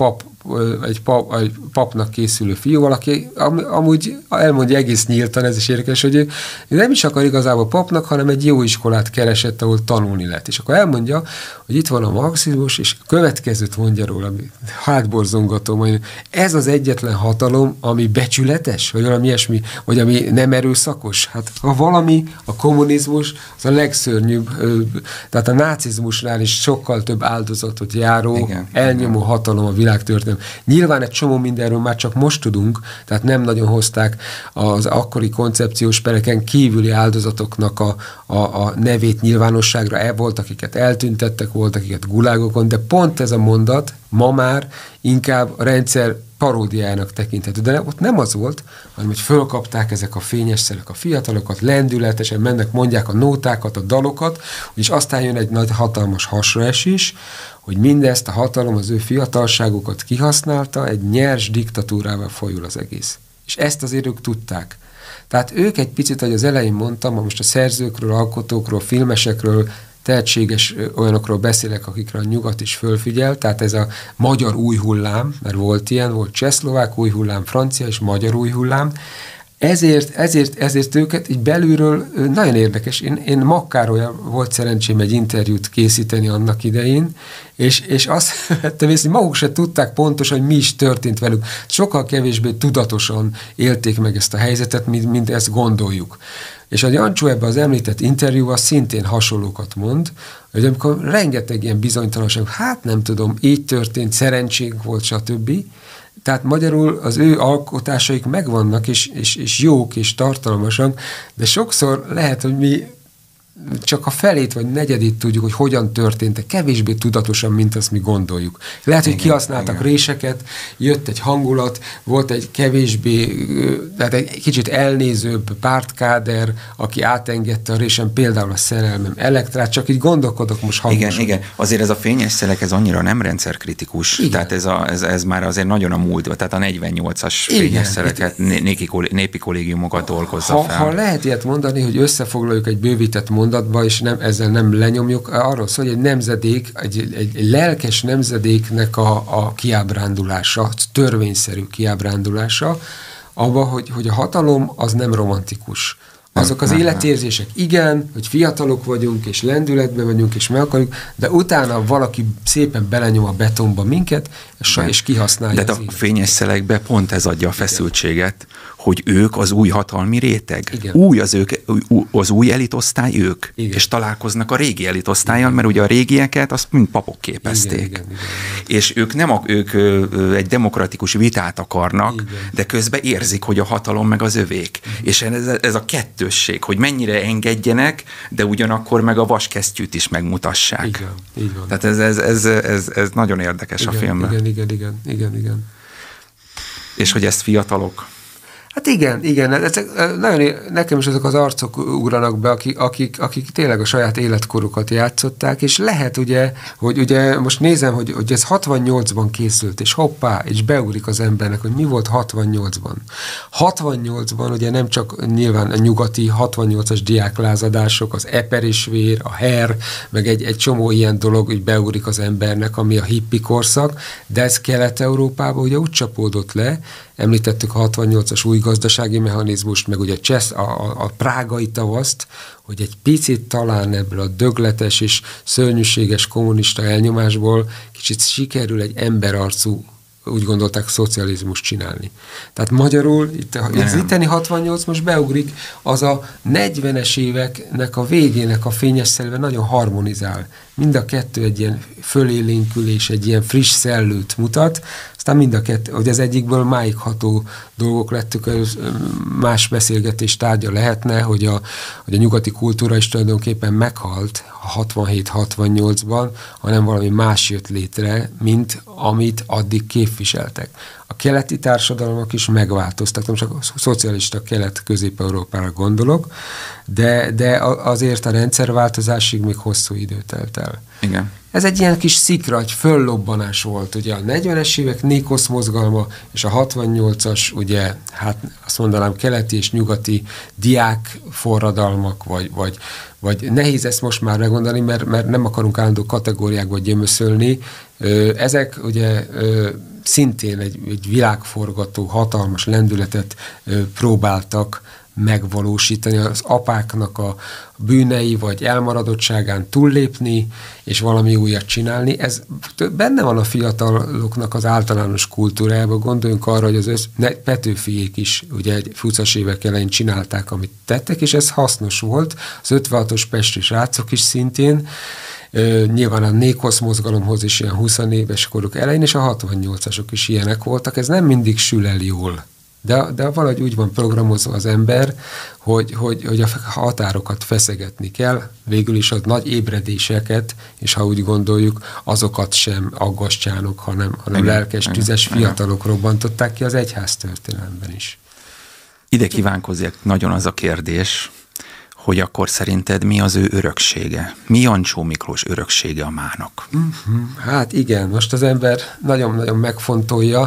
papnak készülő fiúval, aki amúgy elmondja egész nyíltan, ez is érdekes, hogy ő nem is akar igazából papnak, hanem egy jó iskolát keresett, ahol tanulni lehet. És akkor elmondja, hogy itt van a marxizmus, és a következőt mondja róla, ami hátborzongató, hogy ez az egyetlen hatalom, ami becsületes, vagy valami ilyesmi, vagy ami nem erőszakos. Hát ha valami, a kommunizmus az a legszörnyűbb, tehát a nácizmusnál is sokkal több áldozatot járó, elnyomó hatalom a világtörténelem. Nyilván egy csomó mindenről már csak most tudunk, tehát nem nagyon hozták az akkori koncepciós pereken kívüli áldozatoknak a nevét nyilvánosságra. Volt, akiket eltüntettek, volt, akiket gulágokon, de pont ez a mondat ma már inkább a rendszer paródiájának tekinthető. De ott nem az volt, hanem hogy fölkapták ezek a fényes szelek a fiatalokat, lendületesen mennek, mondják a nótákat, a dalokat, és aztán jön egy nagy hatalmas hasraesés, hogy mindezt a hatalom az ő fiatalságukat kihasználta, egy nyers diktatúrával folyul az egész. És ezt azért ők tudták. Tehát ők egy picit, ahogy az elején mondtam, most a szerzőkről, alkotókról, filmesekről, tehetséges olyanokról beszélek, akikre a nyugat is fölfigyel, tehát ez a magyar új hullám, mert volt ilyen, volt csehszlovák új hullám, francia és magyar új hullám, ezért őket így belülről nagyon érdekes. Én Makkárolyal volt szerencsém egy interjút készíteni annak idején, és azt vettem észre, hogy maguk se tudták pontosan, hogy mi is történt velük. Sokkal kevésbé tudatosan élték meg ezt a helyzetet, mint ezt gondoljuk. És a Jancsó ebben az említett interjúval szintén hasonlókat mond, hogy amikor rengeteg ilyen bizonytalanság, hát nem tudom, így történt, szerencsénk volt, stb. Tehát magyarul az ő alkotásaik megvannak, és jók, és tartalmasak, de sokszor lehet, hogy mi csak a felét vagy negyedét tudjuk, hogy hogyan történt, kevésbé tudatosan, mint azt mi gondoljuk. Lehet, hogy kihasználtak réseket, jött egy hangulat, volt egy kevésbé, tehát egy kicsit elnézőbb pártkáder, aki átengedte a résen, például a Szerelmem Elektrát, csak így gondolkodok most hangosan. Igen. Azért ez a fényes szelek, ez annyira nem rendszerkritikus. Igen. Tehát ez már azért nagyon a múltban, tehát a 48-as fényes szeleket, népi kollégiumokat dolgozza fel. Ha lehet ilyet mondani, hogy összefoglaljuk egy bővített mondatba, és ezzel nem lenyomjuk, arról szól, hogy egy nemzedék, egy lelkes nemzedéknek a kiábrándulása, törvényszerű kiábrándulása, abba, hogy a hatalom az nem romantikus. Azok az életérzések, igen, hogy fiatalok vagyunk, és lendületben vagyunk, és meg akarjuk, de utána valaki szépen belenyom a betonba minket, és kihasználja. De a fényes szelekbe pont ez adja a feszültséget, hogy ők az új hatalmi réteg. Igen. Az új elitosztály ők. Igen. És találkoznak a régi elitosztállyal, mert ugye a régieket azt mind papok képezték. Igen. És ők ők egy demokratikus vitát akarnak, igen, de közben érzik, hogy a hatalom meg az övék. És ez a kettősség, hogy mennyire engedjenek, de ugyanakkor meg a vaskesztyűt is megmutassák. Igen, így van. Tehát ez nagyon érdekes a filmben. Igen. És hogy ezt fiatalok... Hát igen. Nagyon, nekem is azok az arcok ugranak be, akik tényleg a saját életkorukat játszották, és lehet ugye, hogy ugye most nézem, hogy ez 68-ban készült, és hoppá, és beugrik az embernek, hogy mi volt 68-ban. 68-ban ugye nem csak nyilván a nyugati 68-as diáklázadások, az Eper és vér, a Her, meg egy csomó ilyen dolog, hogy beugrik az embernek, ami a hippi korszak, de ez Kelet-Európában ugye úgy csapódott le, említettük a 68-as új gazdasági mechanizmust, meg ugye a prágai tavaszt, hogy egy picit talán ebből a dögletes és szörnyűséges kommunista elnyomásból kicsit sikerül egy emberarcú, úgy gondolták, szocializmust csinálni. Tehát magyarul, az itteni 68 most beugrik, az a 40-es éveknek a végének a fényes szelve nagyon harmonizál. Mind a kettő egy ilyen fölélénkülés, egy ilyen friss szellőt mutat, aztán mind a kettő, hogy az egyikből máig ható dolgok lettük, más beszélgetés tárgya lehetne, hogy a nyugati kultúra is tulajdonképpen meghalt 67-68-ban, hanem valami más jött létre, mint amit addig képviseltek. A keleti társadalmak is megváltoztak, nem csak a szocialista Kelet-Közép-Európára gondolok, de azért a rendszerváltozásig még hosszú idő telt el. Igen. Ez egy ilyen kis szikra, egy föllobbanás volt, ugye a 40-es évek Nékosz mozgalma, és a 68-as, ugye, hát azt mondanám, keleti és nyugati diák forradalmak, vagy nehéz ezt most már megmondani, mert nem akarunk állandó kategóriákba gyömöszölni. Ezek ugye szintén egy világforgató, hatalmas lendületet próbáltak megvalósítani, az apáknak a bűnei vagy elmaradottságán túllépni, és valami újat csinálni. Ez benne van a fiataloknak az általános kultúrájában. Gondoljunk arra, hogy az Petőfiék is ugye egy 20-as évek elején csinálták, amit tettek, és ez hasznos volt. Az 56-os pesti srácok is szintén, nyilván a Nékosz mozgalomhoz is ilyen 20 éves koruk elején, és a 68-asok is ilyenek voltak. Ez nem mindig sül el jól. De valahogy úgy van programozva az ember, hogy a határokat feszegetni kell, végül is a nagy ébredéseket, és ha úgy gondoljuk, azokat sem aggastyánok, hanem lelkes, tüzes fiatalok robbantották ki az egyház történelemben is. Ide kívánkozik nagyon az a kérdés, hogy akkor szerinted mi az ő öröksége? Mi Jancsó Miklós öröksége a mának? Hát igen, most az ember nagyon-nagyon megfontolja.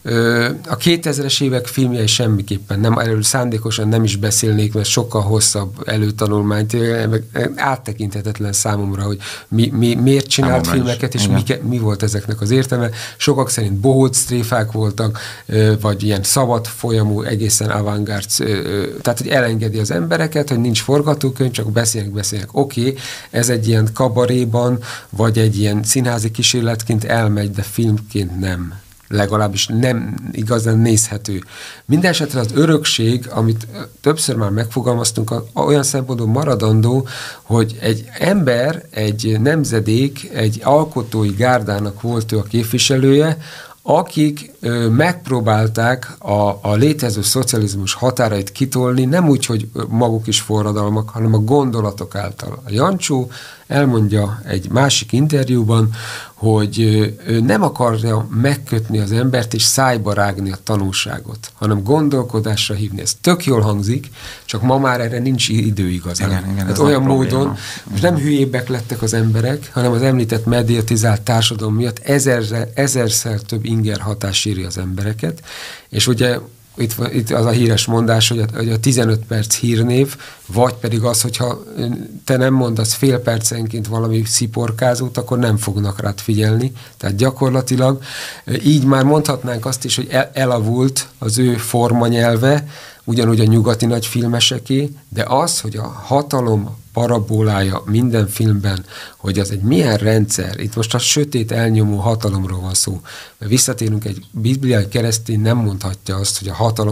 A 2000-es évek filmjei semmiképpen nem, erről szándékosan nem is beszélnék, mert sokkal hosszabb előtanulmányt, áttekinthetetlen számomra, hogy miért csinált filmeket, és mi volt ezeknek az értelme. Sokak szerint bohóc tréfák voltak, vagy ilyen szabad folyamú, egészen avantgárd, tehát hogy elengedi az embereket, hogy nincs forgatókönyv, csak beszélnek. Oké, ez egy ilyen kabaréban, vagy egy ilyen színházi kísérletként elmegy, de filmként nem. Legalábbis nem igazán nézhető. Mindenesetre az örökség, amit többször már megfogalmaztunk, olyan szempontból maradandó, hogy egy ember, egy nemzedék, egy alkotói gárdának volt ő a képviselője, akik megpróbálták a létező szocializmus határait kitolni, nem úgy, hogy maguk is forradalmak, hanem a gondolatok által. A Jancsó elmondja egy másik interjúban, hogy ő nem akarja megkötni az embert és szájba rágni a tanulságot, hanem gondolkodásra hívni. Ez tök jól hangzik, csak ma már erre nincs idő igazán. Igen, hát olyan módon, most nem hülyébbek lettek az emberek, hanem az említett mediatizált társadalom miatt ezerszer több inger hatás éri az embereket, és ugye itt az a híres mondás, hogy a 15 perc hírnév, vagy pedig az, hogyha te nem mondasz fél percenként valami sziporkázót, akkor nem fognak rád figyelni. Tehát gyakorlatilag így már mondhatnánk azt is, hogy elavult az ő formanyelve, ugyanúgy a nyugati nagyfilmeseké, de az, hogy a hatalom parabólája minden filmben, hogy az egy milyen rendszer, itt most a sötét elnyomó hatalomról van szó, mert visszatérünk, egy bibliai keresztény nem mondhatja azt, hogy a hatalom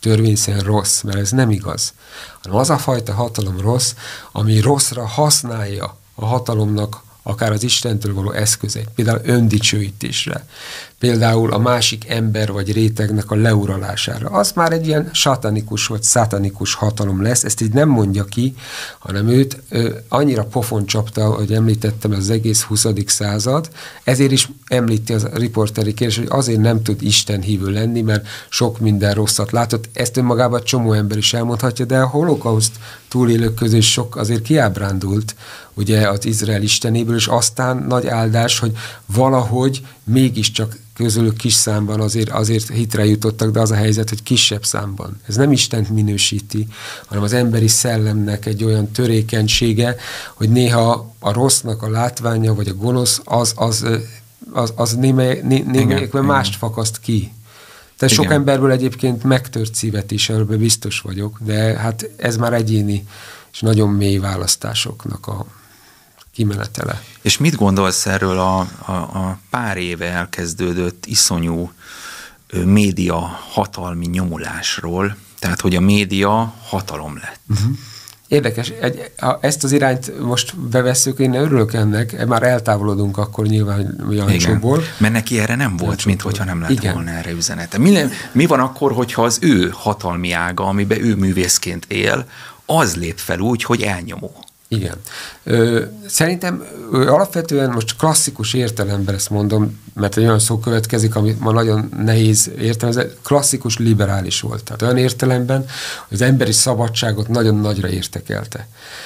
törvényszerűen rossz, mert ez nem igaz. Hanem az a fajta hatalom rossz, ami rosszra használja a hatalomnak akár az Istentől való eszközeit, például öndicsőítésre, például a másik ember vagy rétegnek a leuralására. Az már egy ilyen satanikus vagy szatanikus hatalom lesz, ezt így nem mondja ki, hanem őt annyira pofon csapta, hogy említettem, az egész 20. század, ezért is említi az riporteri kérdés, hogy azért nem tud Isten hívő lenni, mert sok minden rosszat látott. Ezt önmagában csomó ember is elmondhatja, de a holokauszt túlélők közül sok azért kiábrándult, ugye az Izrael istenéből, és aztán nagy áldás, hogy valahogy mégiscsak közülük kis számban azért hitre jutottak, de az a helyzet, hogy kisebb számban. Ez nem Istent minősíti, hanem az emberi szellemnek egy olyan törékenysége, hogy néha a rossznak a látványa, vagy a gonosz, az némelyikben mást fakaszt ki. Tehát sok emberből egyébként megtört szívet is, erről biztos vagyok, de hát ez már egyéni és nagyon mély választásoknak a kimenetele. És mit gondolsz erről a pár éve elkezdődött iszonyú média hatalmi nyomulásról, tehát hogy a média hatalom lett? Érdekes, ha ezt az irányt most bevesszük, én örülök ennek, már eltávolodunk akkor nyilván Jancsóból. Mert neki erre nem volt, minthogyha nem lett volna erre üzenete. Mi van akkor, hogyha az ő hatalmi ága, amiben ő művészként él, az lép fel úgy, hogy elnyomó? Igen. Szerintem alapvetően most klasszikus értelemben ezt mondom, mert egy olyan szó következik, amit ma nagyon nehéz értelmezni, klasszikus liberális volt. Tehát olyan értelemben, hogy az emberi szabadságot nagyon nagyra értekelte.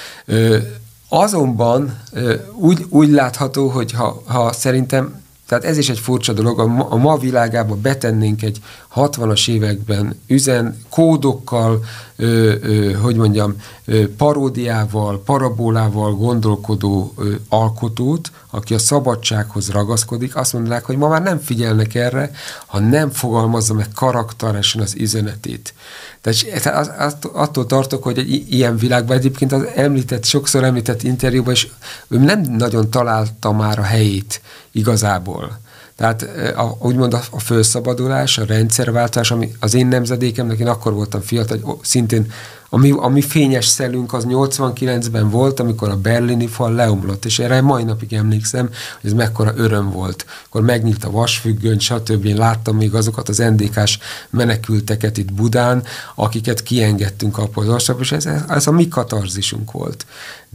Azonban úgy látható, hogy ha szerintem, tehát ez is egy furcsa dolog, a ma világában betennénk egy 60-as években kódokkal, paródiával, parabólával gondolkodó alkotót, aki a szabadsághoz ragaszkodik, azt mondanák, hogy ma már nem figyelnek erre, ha nem fogalmazza meg karakteresen az üzenetét. Tehát attól tartok, hogy egy ilyen világban egyébként az sokszor említett interjúban is ő nem nagyon találta már a helyét igazából. Tehát úgymond a felszabadulás, a rendszerváltás, ami az én nemzedékemnek, én akkor voltam fiatal, hogy szintén a mi fényes szelünk az 89-ben volt, amikor a berlini fal leomlott, és erre mai napig emlékszem, hogy ez mekkora öröm volt. Akkor megnyílt a vasfüggöny, stb. Én láttam még azokat az NDK-s menekülteket itt Budán, akiket kiengedtünk a polgárságba, és ez a mi katarzisunk volt.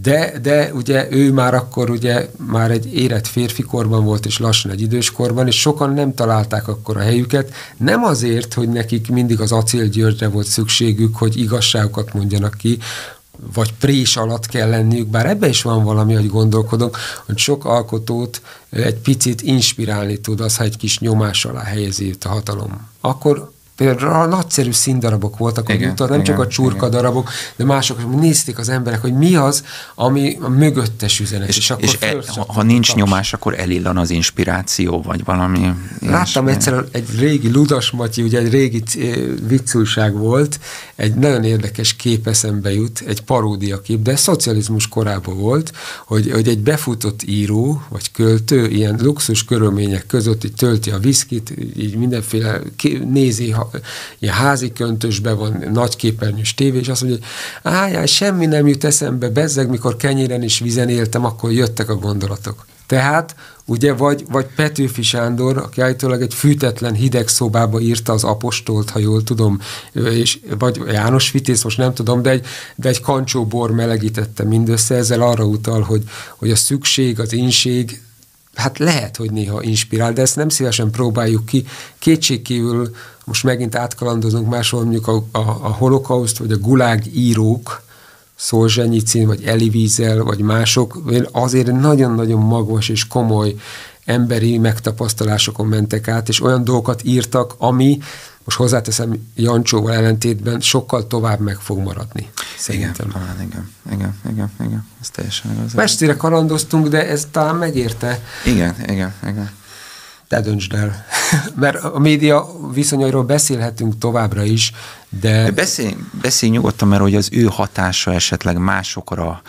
De ugye ő már akkor ugye már egy érett férfikorban volt, és lassan egy időskorban, és sokan nem találták akkor a helyüket, nem azért, hogy nekik mindig az Acél Györgyre volt szükségük, hogy igazságokat mondjanak ki, vagy prés alatt kell lenniük, bár ebben is van valami, hogy gondolkodok, hogy sok alkotót egy picit inspirálni tud az, ha egy kis nyomás alá helyezi a hatalom. Akkor például nagyszerű színdarabok voltak, nem csak a csurka darabok, de mások, nézték az emberek, hogy mi az, ami a mögöttes üzenet. És ha nincs nyomás, akkor elillan az inspiráció, vagy valami... Láttam egyszer egy régi Ludas Matyi, ugye egy régi viccújság volt, egy nagyon érdekes kép eszembe jut, egy paródiakép, de szocializmus korában volt, hogy egy befutott író, vagy költő, ilyen luxus körülmények között így tölti a viszkit, így mindenféle nézi, ilyen házi köntösben van, nagyképernyős tévé, és azt mondja, hogy semmi nem jut eszembe, bezzeg, mikor kenyéren és vízen éltem, akkor jöttek a gondolatok. Tehát, ugye, vagy Petőfi Sándor, aki állítólag egy fűtetlen hideg szobába írta az Apostolt, ha jól tudom, vagy János Vitéz, most nem tudom, de egy kancsóbor melegítette mindössze, ezzel arra utal, hogy a szükség, az ínség, hát lehet, hogy néha inspirál, de ezt nem szívesen próbáljuk ki. Kétségkívül most megint átkalandozunk máshol, mondjuk a holokauszt, vagy a gulág írók, Szolzsenyicin, vagy Elie Wiesel, vagy mások, azért nagyon-nagyon magos és komoly emberi megtapasztalásokon mentek át, és olyan dolgokat írtak, ami, most hozzáteszem Jancsóval ellentétben, sokkal tovább meg fog maradni. Szerintem. Igen. Ez teljesen igaz. Messzire kalandoztunk, de ez talán megérte. Igen. Te döntsd el. Mert a média viszonyairól beszélhetünk továbbra is, de... Beszélj nyugodtan, mert hogy az ő hatása esetleg másokra,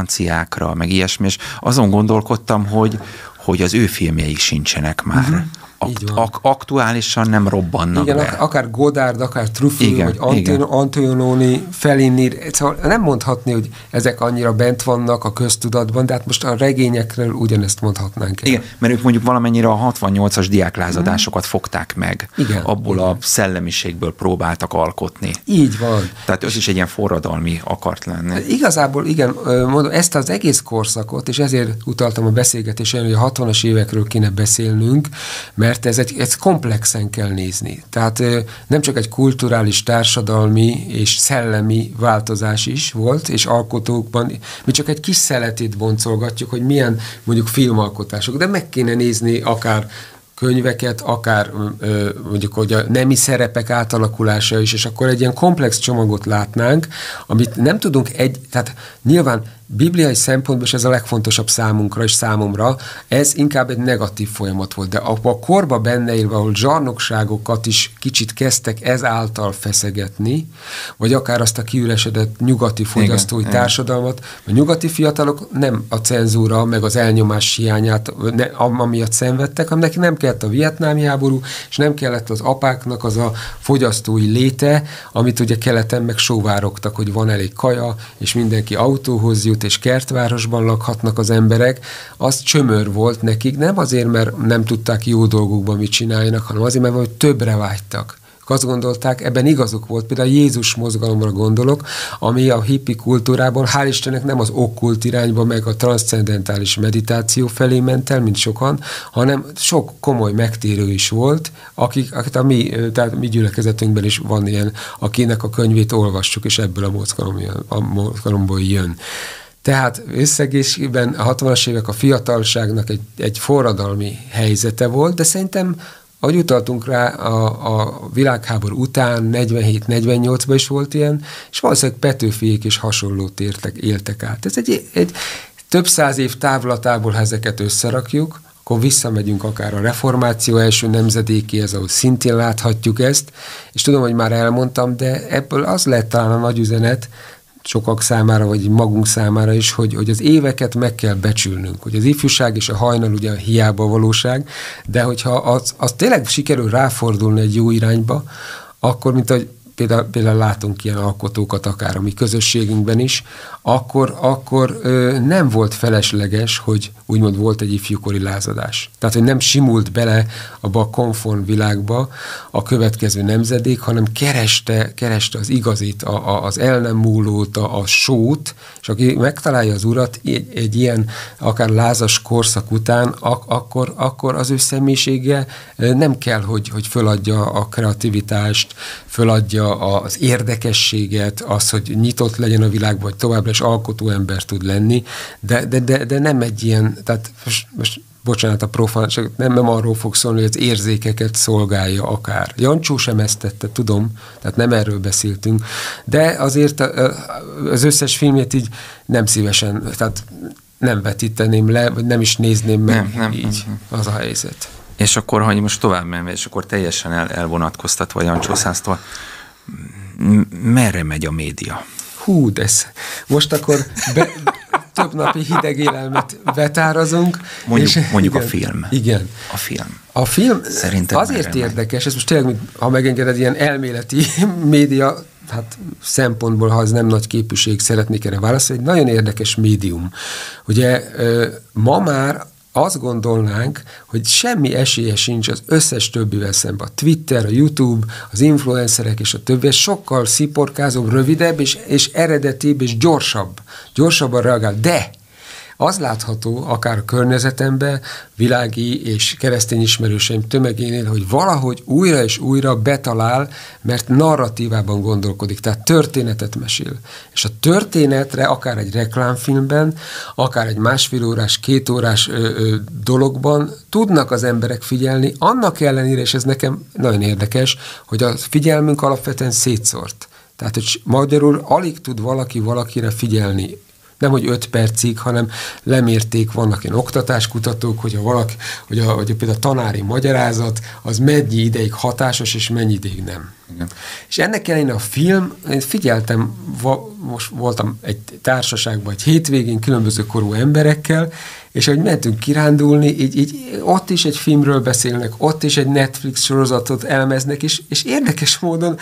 franciákra, meg ilyesmi, és azon gondolkodtam, hogy az ő filmjeik sincsenek már. aktuálisan nem robbannak igen, be. Akár Godard, akár Truffaut, vagy Antonioni, Fellini, szóval nem mondhatni, hogy ezek annyira bent vannak a köztudatban, de hát most a regényekről ugyanezt mondhatnánk el. Igen, mert ők mondjuk valamennyire a 68-as diáklázadásokat fogták meg. Igen, abból a szellemiségből próbáltak alkotni. Így van. Tehát ez is egy ilyen forradalmi akart lenni. Igazából igen, mondom, ezt az egész korszakot, és ezért utaltam a beszélgetésen, hogy a 60-as évekről kéne beszélnünk, mert ez komplexen kell nézni. Tehát nem csak egy kulturális, társadalmi és szellemi változás is volt, és alkotókban, mi csak egy kis szeletét boncolgatjuk, hogy milyen mondjuk filmalkotások, de meg kéne nézni akár könyveket, akár mondjuk, hogy a nemi szerepek átalakulása is, és akkor egy ilyen komplex csomagot látnánk, amit nem tudunk tehát nyilván bibliai szempontból, és ez a legfontosabb számunkra és számomra, ez inkább egy negatív folyamat volt, de a korba benne élve, ahol zsarnokságokat is kicsit kezdtek ezáltal feszegetni, vagy akár azt a kiüresedett nyugati fogyasztói társadalmat, a nyugati fiatalok nem a cenzúra, meg az elnyomás hiányát amiatt szenvedtek, hanem neki nem kellett a vietnámi háború, és nem kellett az apáknak az a fogyasztói léte, amit ugye keleten meg sóvárogtak, hogy van elég kaja, és mindenki autóhoz jut, és kertvárosban lakhatnak az emberek, az csömör volt nekik, nem azért, mert nem tudták jó dolgokban mit csináljanak, hanem azért, mert hogy többre vágytak. Azt gondolták, ebben igazuk volt, például a Jézus mozgalomra gondolok, ami a hippi kultúrában, hál' Istennek nem az okkult irányba, meg a transzcendentális meditáció felé ment el, mint sokan, hanem sok komoly megtérő is volt, akit a mi gyülekezetünkben is van ilyen, akinek a könyvét olvassuk, és ebből a mozgalomból jön. Tehát összegésében a 60-as évek a fiatalságnak egy forradalmi helyzete volt, de szerintem ahogy utaltunk rá, a világháború után, 47-48-ban is volt ilyen, és valószínűleg Petőfiék is hasonlót éltek át. Ez egy több száz év távlatából, ha ezeket összerakjuk, akkor visszamegyünk akár a reformáció első nemzedékéhez, ahol szintén láthatjuk ezt, és tudom, hogy már elmondtam, de ebből az lett talán a nagy üzenet, sokak számára, vagy magunk számára is, hogy az éveket meg kell becsülnünk, hogy az ifjúság és a hajnal ugye hiába valóság, de hogyha az tényleg sikerül ráfordulni egy jó irányba, akkor, mint ahogy például látunk ilyen alkotókat akár a mi közösségünkben is, akkor nem volt felesleges, hogy úgymond volt egy ifjúkori lázadás. Tehát, hogy nem simult bele abba a konformvilágba a következő nemzedék, hanem kereste az igazit, az el nem múlót, a sót, és aki megtalálja az Urat egy ilyen akár lázas korszak után, akkor az ő személyisége nem kell, hogy föladja a kreativitást, föladja az érdekességet, az, hogy nyitott legyen a világ, vagy továbbra is alkotó ember tud lenni, de nem egy ilyen, tehát most bocsánat a profánság, nem arról fog szólni, hogy az érzékeket szolgálja akár. Jancsó sem ezt tette, tudom, tehát nem erről beszéltünk, de azért az összes filmjét így nem szívesen, tehát nem vetíteném le, vagy nem is nézném meg, nem, az a helyzet. És akkor, hogy most tovább menve, és akkor teljesen elvonatkoztatva Jancsó Szásztól, merre megy a média? Hú, de most akkor több napi hideg élelmet betárazunk. Mondjuk igen, a film. Igen. A film szerintem azért érdekes, ez most tényleg, ha megengeded, ilyen elméleti média szempontból, ha az nem nagy képűség, szeretnék erre válaszolni, egy nagyon érdekes médium. Ugye ma már azt gondolnánk, hogy semmi esélye sincs az összes többivel szemben. A Twitter, a YouTube, az influencerek és a többi, sokkal sziporkázóbb, rövidebb és eredetibb és gyorsabban reagál. De az látható, akár a környezetemben, világi és keresztény ismerőseim tömegénél, hogy valahogy újra és újra betalál, mert narratívában gondolkodik, tehát történetet mesél. És a történetre, akár egy reklámfilmben, akár egy másfél órás, 2 órás dologban tudnak az emberek figyelni, annak ellenére, és ez nekem nagyon érdekes, hogy a figyelmünk alapvetően szétszórt. Tehát, hogy magyarul alig tud valakire figyelni. Nem, hogy 5 percig, hanem lemérték, vannak ilyen oktatáskutatók, hogy például a tanári magyarázat, az mennyi ideig hatásos, és mennyi ideig nem. Igen. És ennek ellenére a film, én figyeltem, most voltam egy társaságban, egy hétvégén különböző korú emberekkel, és ahogy mentünk kirándulni, így ott is egy filmről beszélnek, ott is egy Netflix sorozatot elemeznek, és érdekes módon,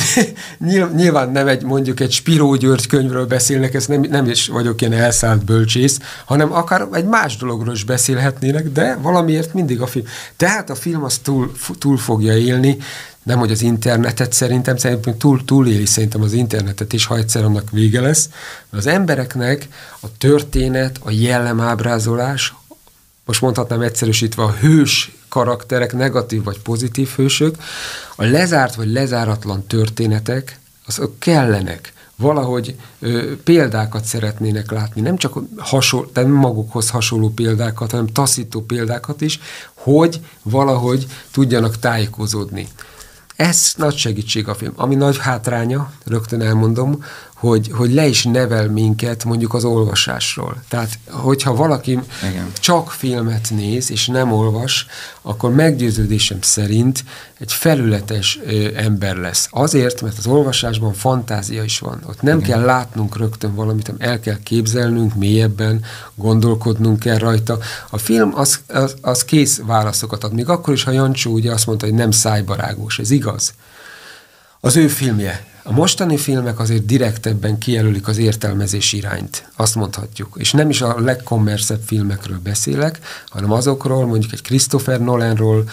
nyilván nem mondjuk egy Spiró György könyvről beszélnek, ez nem is vagyok ilyen elszállt bölcsész, hanem akár egy más dologról is beszélhetnének, de valamiért mindig a film. Tehát a film az túl fogja élni, nem, hogy az internetet szerintem túléli szerintem az internetet is, ha egyszer annak vége lesz. Az embereknek a történet, a jellemábrázolás, most mondhatnám egyszerűsítve a hős karakterek, negatív vagy pozitív hősök, a lezárt vagy lezáratlan történetek, azok kellenek. Valahogy példákat szeretnének látni, nem csak nem magukhoz hasonló példákat, hanem taszító példákat is, hogy valahogy tudjanak tájékozódni. Ez nagy segítség a film. Ami nagy hátránya, rögtön elmondom, hogy le is nevel minket mondjuk az olvasásról. Tehát, hogyha valaki csak filmet néz, és nem olvas, akkor meggyőződésem szerint egy felületes ember lesz. Azért, mert az olvasásban fantázia is van. Ott nem kell látnunk rögtön valamit, hanem el kell képzelnünk mélyebben, gondolkodnunk kell rajta. A film az kész válaszokat ad. Még akkor is, ha Jancsó ugye azt mondta, hogy nem szájbarágós. Ez igaz. Az ő filmje. A mostani filmek azért direktebben kijelölik az értelmezés irányt, azt mondhatjuk. És nem is a legkommerszebb filmekről beszélek, hanem azokról, mondjuk egy Christopher Nolanról,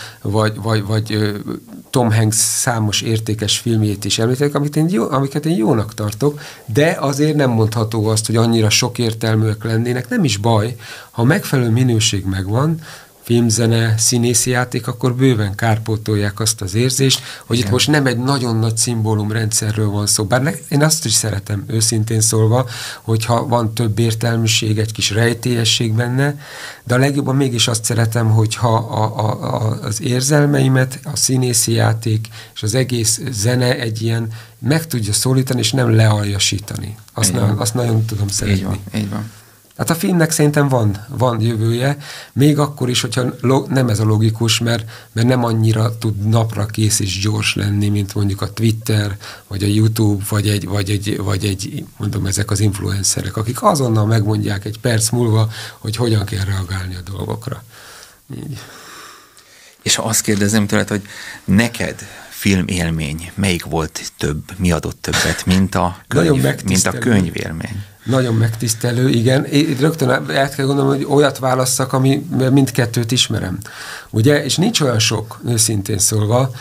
vagy Tom Hanks számos értékes filmjét is említek, amiket én jónak tartok, de azért nem mondható azt, hogy annyira sokértelműek lennének. Nem is baj, ha megfelelő minőség megvan, filmzene, színészi játék, akkor bőven kárpótolják azt az érzést, hogy itt most nem egy nagyon nagy szimbólumrendszerről van szó. Bár én azt is szeretem, őszintén szólva, hogyha van több értelműség, egy kis rejtélyesség benne, de a legjobban mégis azt szeretem, hogyha az érzelmeimet, a színészi játék és az egész zene egy ilyen meg tudja szólítani, és nem lealjasítani. Azt nagyon tudom szeretni. Így van. Hát a filmnek szerintem van jövője, még akkor is, hogyha nem ez a logikus, mert nem annyira tud napra kész és gyors lenni, mint mondjuk a Twitter, vagy a YouTube, vagy egy mondom, ezek az influencerek, akik azonnal megmondják egy perc múlva, hogy hogyan kell reagálni a dolgokra. Így. És ha azt kérdezem tőled, hogy neked filmélmény, melyik volt több, mi adott többet, mint a könyvélmény? Nagyon megtisztelő, igen. Én rögtön el kell gondolom, hogy olyat válasszak, ami mindkettőt ismerem. Ugye? És nincs olyan sok, őszintén szólva,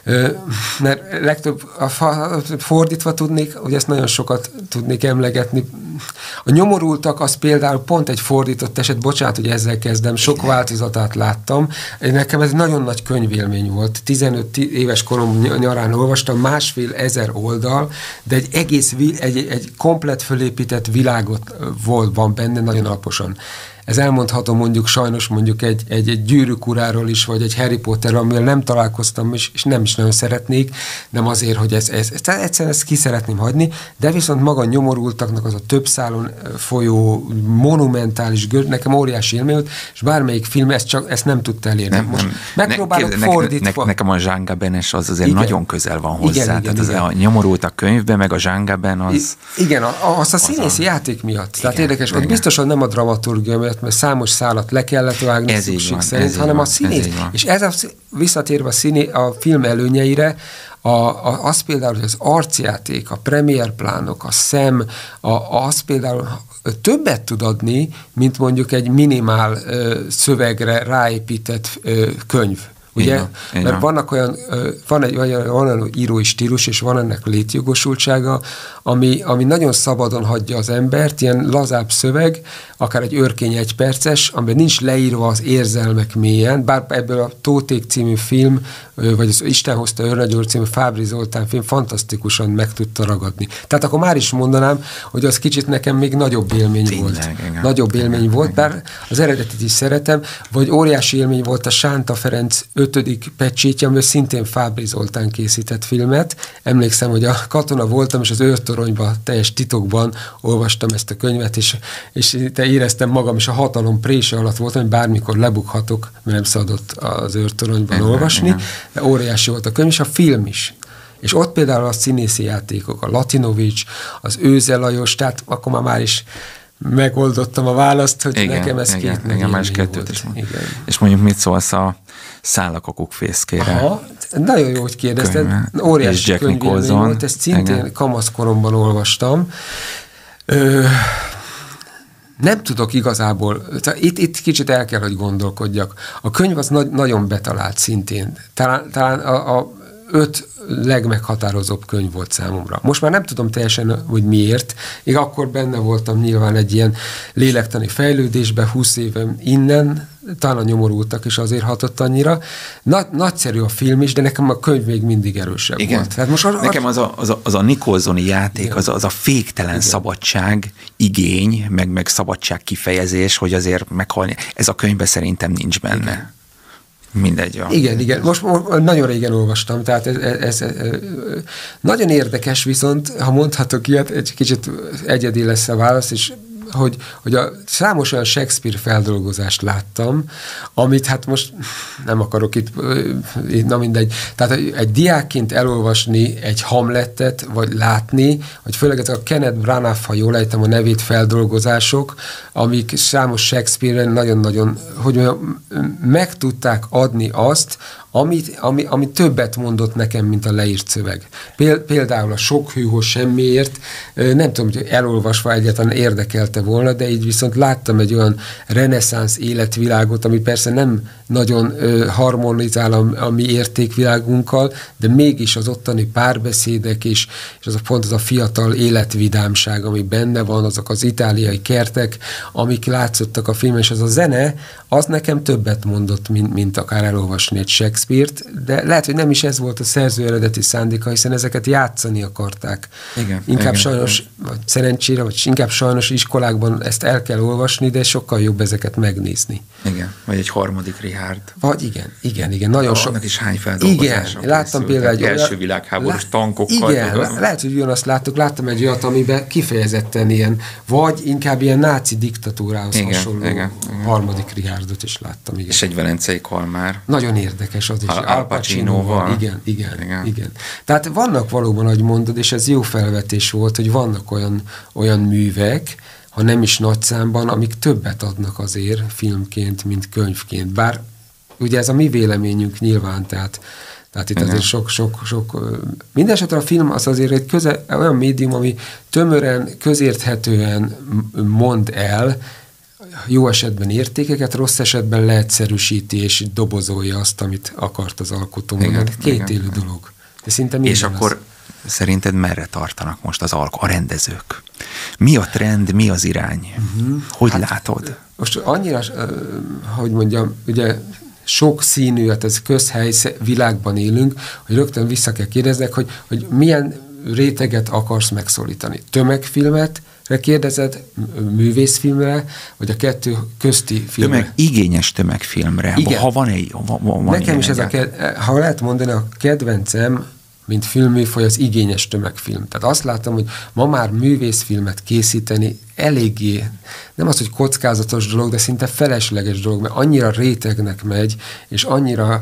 mert legtöbb fordítva tudnék, ugye ezt nagyon sokat tudnék emlegetni. A Nyomorultak, az például pont egy fordított eset, bocsánat, hogy ezzel kezdem, sok változatát láttam. Nekem ez nagyon nagy könyvélmény volt. 15 éves korom nyarán olvastam, 1500 oldal, de egy egész, egy komplett fölépített világot van benne nagyon alaposan. Ez elmondható mondjuk sajnos mondjuk egy Gyűrűk uráról is, vagy egy Harry Potterről, amivel nem találkoztam, és nem is nagyon szeretnék, nem azért, hogy egyszerűen ezt ki szeretném hagyni, de viszont maga Nyomorultaknak az a több szálon folyó monumentális nekem óriási élmény volt, és bármelyik film ezt nem tudta elérni. Most megpróbálok fordítva. Nekem a Jean Gabin-es az azért nagyon közel van hozzá. Tehát igen. A Nyomorultak könyvben, meg a Jean Gabin az... Igen, az a színészi játék miatt. Tehát érdekes, ott biztosan nem a dramaturgia miatt, mert számos szálat le kellett vágni szükség szerint, hanem a színész. És ez visszatérve a film előnyeire, az például, hogy az arcjáték, a premierplánok, a szem, az például többet tud adni, mint mondjuk egy minimál szövegre ráépített könyv. Ugye? Mert van egy olyan írói stílus, és van ennek létjogosultsága, ami nagyon szabadon hagyja az embert, ilyen lazább szöveg, akár egy örkény egyperces, amiben nincs leírva az érzelmek mélyen, bár ebből a Tóték című film, vagy az Isten hozta Őrnagy című Fábry Zoltán film fantasztikusan meg tudta ragadni. Tehát akkor már is mondanám, hogy az kicsit nekem még nagyobb élmény volt. Nagyobb élmény volt, bár az eredetit is szeretem, vagy óriási élmény volt a Sánta Ferenc 5. pecsétje, amivel szintén Fábry Zoltán készített filmet. Emlékszem, hogy a katona voltam, és az őrtoronyban teljes titokban olvastam ezt a könyvet, és éreztem magam, és a hatalom prése alatt voltam, hogy bármikor lebukhatok, mert nem szabadott az őrtoronyban olvasni, de óriási volt a könyv, és a film is. És ott például a színészi játékok, a Latinovics, az Őze Lajos, tehát akkor már is megoldottam a választ, hogy igen, nekem ez igen, két igen, más kettőt is. És mondjuk mit szólsz a Szállakakuk fészkére? Aha, nagyon jó, hogy kérdezted. Óriási könyvélmény volt, ezt szintén kamaszkoromban olvastam. Nem tudok igazából, itt kicsit el kell, hogy gondolkodjak. A könyv az nagyon betalált szintén. Talán a 5 legmeghatározóbb könyv volt számomra. Most már nem tudom teljesen, hogy miért. Én akkor benne voltam nyilván egy ilyen lélektani fejlődésben, 20 éve innen, talán nyomorultak, és azért hatott annyira. Nagyszerű a film is, de nekem a könyv még mindig erősebb igen. volt. Tehát most nekem az a Nicholsoni játék, az a féktelen igen. szabadság, igény, meg szabadság kifejezés, hogy azért meghalni. Ez a könyvben szerintem nincs benne. Igen. Mindegy. Igen. Most nagyon régen olvastam, tehát ez nagyon érdekes, viszont, ha mondhatok ilyet, egy kicsit egyedi lesz a válasz, és hogy a számos olyan Shakespeare feldolgozást láttam, amit hát most nem akarok itt, na mindegy, tehát egy diákként elolvasni egy Hamletet, vagy látni, vagy főleg ez a Kenneth Branagh, ha jól ejtem a nevét, feldolgozások, amik számos Shakespeare-en nagyon-nagyon, hogy mondjam, meg tudták adni azt, ami többet mondott nekem, mint a leírt szöveg. Például a Sok hűhó semmiért, nem tudom, hogy elolvasva egyáltalán érdekelte volna, de így viszont láttam egy olyan reneszánsz életvilágot, ami persze nem nagyon harmonizál a mi értékvilágunkkal, de mégis az ottani párbeszédek és az pont az a fiatal életvidámság, ami benne van, azok az itáliai kertek, amik látszottak a filmen, és az a zene, az nekem többet mondott, mint akár elolvasni egy Shakespeare-t, de lehet, hogy nem is ez volt a szerző eredeti szándéka, hiszen ezeket játszani akarták. Igen, inkább igen, sajnos, vagy szerencsére, vagy inkább sajnos iskolákban ezt el kell olvasni, de sokkal jobb ezeket megnézni. Igen, vagy egy harmadik Richard. Vagy igen. Nagyon sok. Annak is hány feldolgozása. Igen, láttam például egy első világháborús tankokkal. Igen, lehet, hogy ugyanazt láttam egy olyat, amiben kifejezetten ilyen, vagy inkább ilyen náci diktatúrához hasonló harmadik Richardot is láttam. Igen. És egy velencei kalmár. Nagyon érdekes az is. Al Pacinoval. Igen. Tehát vannak valóban, ahogy mondod, és ez jó felvetés volt, hogy vannak olyan művek, ha nem is nagy számban, amik többet adnak azért filmként, mint könyvként. Bár ugye ez a mi véleményünk nyilván, tehát itt azért sok mindenesetre a film az azért egy olyan médium, ami tömören, közérthetően mond el, jó esetben értékeket, rossz esetben leegyszerűsíti és dobozolja azt, amit akart az alkotó. Kétélű dolog. De szinte és akkor szerinted merre tartanak most a rendezők? Mi a trend, mi az irány? Hogy látod? Most annyira, hogy mondjam, ugye sok színű, hát ez közhely világban élünk, hogy rögtön vissza kell kérdeznek, hogy milyen réteget akarsz megszólítani. Tömegfilmet, kérdezed, művészfilmre, vagy a kettő közti filmre? Igényes tömegfilmre. Igen. Ha van nekem is ha lehet mondani, a kedvencem, mint filmműfaj, az igényes tömegfilm. Tehát azt látom, hogy ma már művészfilmet készíteni eléggé, nem az, hogy kockázatos dolog, de szinte felesleges dolog, mert annyira rétegnek megy, és annyira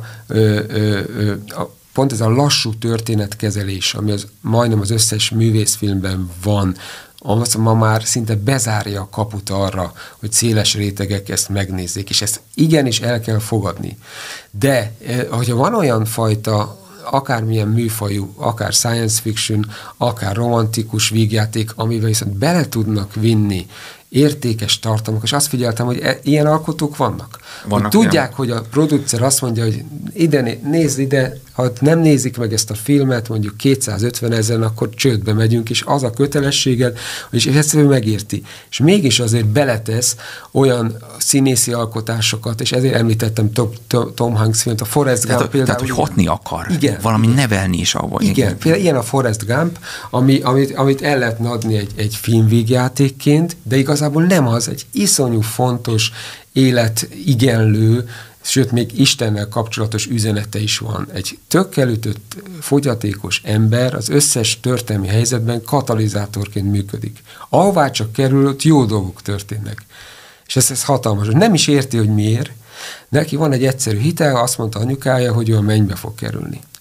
pont ez a lassú történetkezelés, ami majdnem az összes művészfilmben van, az ma már szinte bezárja a kaput arra, hogy széles rétegek ezt megnézzék, és ezt igenis el kell fogadni. De, hogyha van olyan fajta, akármilyen műfajú, akár science fiction, akár romantikus vígjáték, amivel viszont bele tudnak vinni értékes tartalmak, és azt figyeltem, hogy ilyen alkotók vannak. Hogy tudják, hogy a producer azt mondja, hogy nézd ide, ha nem nézik meg ezt a filmet, mondjuk 250 000, akkor csődbe megyünk, és az a kötelességed, és ezt ő megérti. És mégis azért beletesz olyan színészi alkotásokat, és ezért említettem Tom Hanks filmet, a Forrest Gump például. Tehát, hogy hatni akar. Igen. Valami nevelni is abban. Igen. Például ilyen a Forrest Gump, amit el lehetne adni egy filmvígjátékként, de igazából nem az, egy iszonyú fontos, életigenlő, sőt, még Istennel kapcsolatos üzenete is van. Egy tökkelütött, fogyatékos ember az összes történelmi helyzetben katalizátorként működik. Ahová csak kerül, ott jó dolgok történnek. És ez hatalmas. Nem is érti, hogy miért. Neki van egy egyszerű hitel, azt mondta anyukája, hogy ő a mennybe fog kerülni.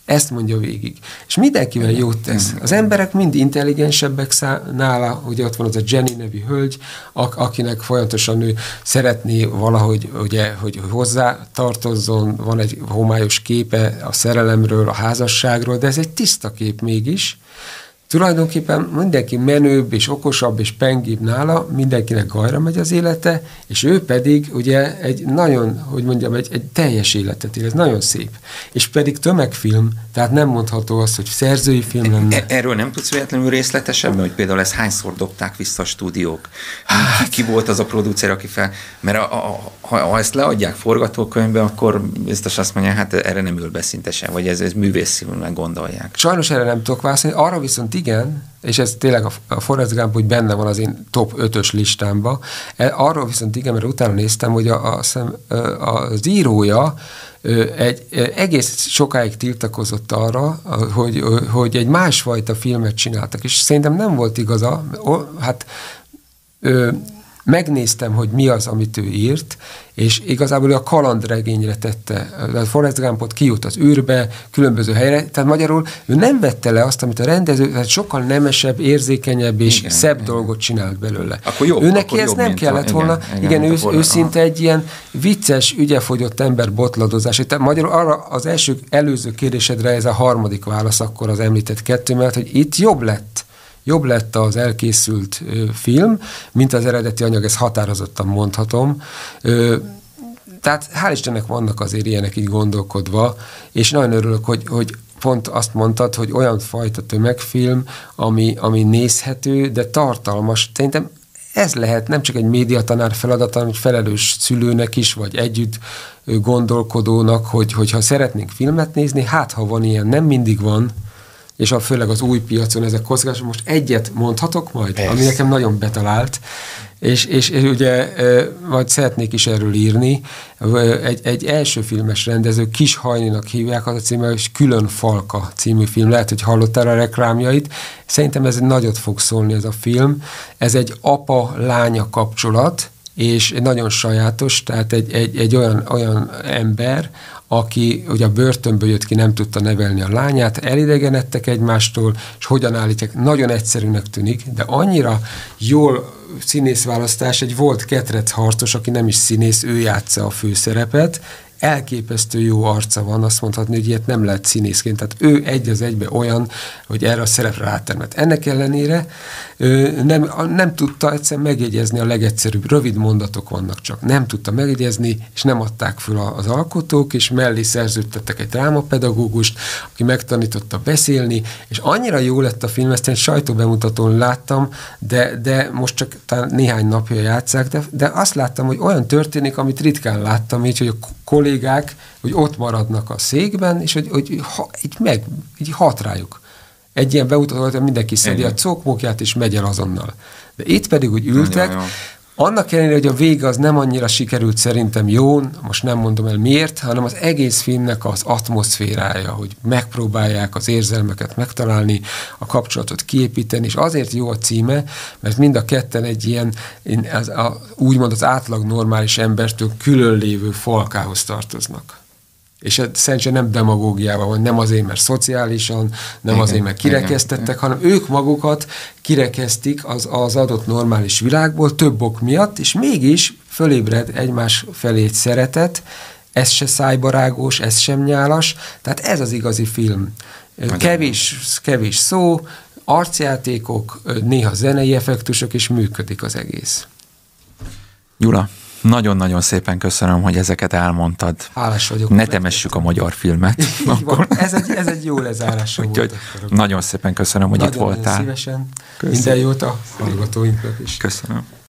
Ezt mondja végig. És mindenkivel jót tesz. Az emberek mind intelligensebbek nála, ugye ott van az a Jenny nevű hölgy, akinek folyamatosan ő szeretné valahogy, ugye, hogy hozzá tartozzon, van egy homályos képe a szerelemről, a házasságról, de ez egy tiszta kép mégis. Tulajdonképpen mindenki menőbb és okosabb és pengibb nála, mindenkinek gajra megy az élete, és ő pedig ugye egy nagyon, hogy mondjam, egy teljes életet él, ez nagyon szép. És pedig tömegfilm, tehát nem mondható az, hogy szerzői film lenne. Erről nem tudsz véletlenül részletesebben, hogy például ezt hányszor dobták vissza a stúdiók? Ki volt az a producer, aki mert ha ezt leadják forgatókönyvbe, akkor biztos azt mondják, hát erre nem ül be szintesen, vagy ez művészfilmnek gondolják. Sajnos erre nem tudok válaszolni, arra viszont igen, és ez tényleg a Forrest Gump, hogy benne van az én top 5-ös listámba, arról viszont igen, mert utána néztem, hogy az írója egész sokáig tiltakozott arra, hogy egy másfajta filmet csináltak, és szerintem nem volt igaza, hát megnéztem, hogy mi az, amit ő írt, és igazából a kalandregényre tette. A Forrest Gumpot kijut az űrbe, különböző helyre, tehát magyarul ő nem vette le azt, amit a rendező, tehát sokkal nemesebb, érzékenyebb és szebb dolgot csinált belőle. Akkor jobb, ő neki ez nem kellett volna, ő szinte egy ilyen vicces, ügyefogyott ember botladozás. Tehát magyarul arra az előző kérdésedre ez a harmadik válasz, akkor az említett kettő, mert hogy itt jobb lett az elkészült film, mint az eredeti anyag, ezt határozottan mondhatom. Tehát hál' Istennek vannak azért ilyenek így gondolkodva, és nagyon örülök, hogy pont azt mondtad, hogy olyan fajta tömegfilm, ami nézhető, de tartalmas. Szerintem ez lehet nem csak egy médiatanár feladata, hanem egy felelős szülőnek is, vagy együtt gondolkodónak, hogyha szeretnénk filmet nézni, hát ha van ilyen, nem mindig van, és főleg az új piacon ezek kockás. Most egyet mondhatok majd, persze, ami nekem nagyon betalált, és ugye majd szeretnék is erről írni. Egy első filmes rendező, Kis Hajninak hívják, az a címe, és Külön Falka című film. Lehet, hogy hallottál a reklámjait. Szerintem ez nagyot fog szólni ez a film. Ez egy apa-lánya kapcsolat, és nagyon sajátos, tehát egy olyan ember, aki ugye a börtönből jött ki, nem tudta nevelni a lányát, elidegenedtek egymástól, és hogyan állítják, nagyon egyszerűnek tűnik, de annyira jól színészválasztás, egy volt ketrec harcos, aki nem is színész, ő játsza a főszerepet, elképesztő jó arca van, azt mondhatni, hogy ilyet nem lehet színészként, tehát ő egy az egybe olyan, hogy erre a szerepre rátermet. Ennek ellenére nem tudta egyszerűen megjegyezni a legegyszerűbb, rövid mondatok vannak csak. Nem tudta megjegyezni, és nem adták föl az alkotók, és mellé szerződtettek egy drámapedagógust, aki megtanította beszélni, és annyira jó lett a film, ezt egy sajtóbemutatón láttam, de most csak néhány napja játsszák, de azt láttam, hogy olyan történik, amit ritkán láttam, így, hogy a kollégák, hogy ott maradnak a székben, és hogy így hat rájuk. Egy ilyen bemutató, mindenki szedi a cókmókját, és megy el azonnal. De itt pedig úgy ültek, annak ellenére, hogy a vége az nem annyira sikerült szerintem jól, most nem mondom el miért, hanem az egész filmnek az atmoszférája, hogy megpróbálják az érzelmeket megtalálni, a kapcsolatot kiépíteni, és azért jó a címe, mert mind a ketten egy ilyen, úgymond az átlag normális embertől különlévő falkához tartoznak. És szerintem nem demagógiával van, nem azért, mert szociálisan, nem azért, mert kirekesztettek, hanem ők magukat kirekesztik az adott normális világból több ok miatt, és mégis fölébred egymás felé egy szeretet, ez se szájbarágós, ez sem nyálas, tehát ez az igazi film. Kevés szó, arcjátékok, néha zenei effektusok, és működik az egész. Gyula, nagyon-nagyon szépen köszönöm, hogy ezeket elmondtad. Hálás vagyok. Ne temessük a magyar filmet. Ez egy jó lezárása volt. Nagyon szépen köszönöm, hogy itt voltál. Nagyon szívesen. Minden jót a hallgatóinknak is. Köszönöm.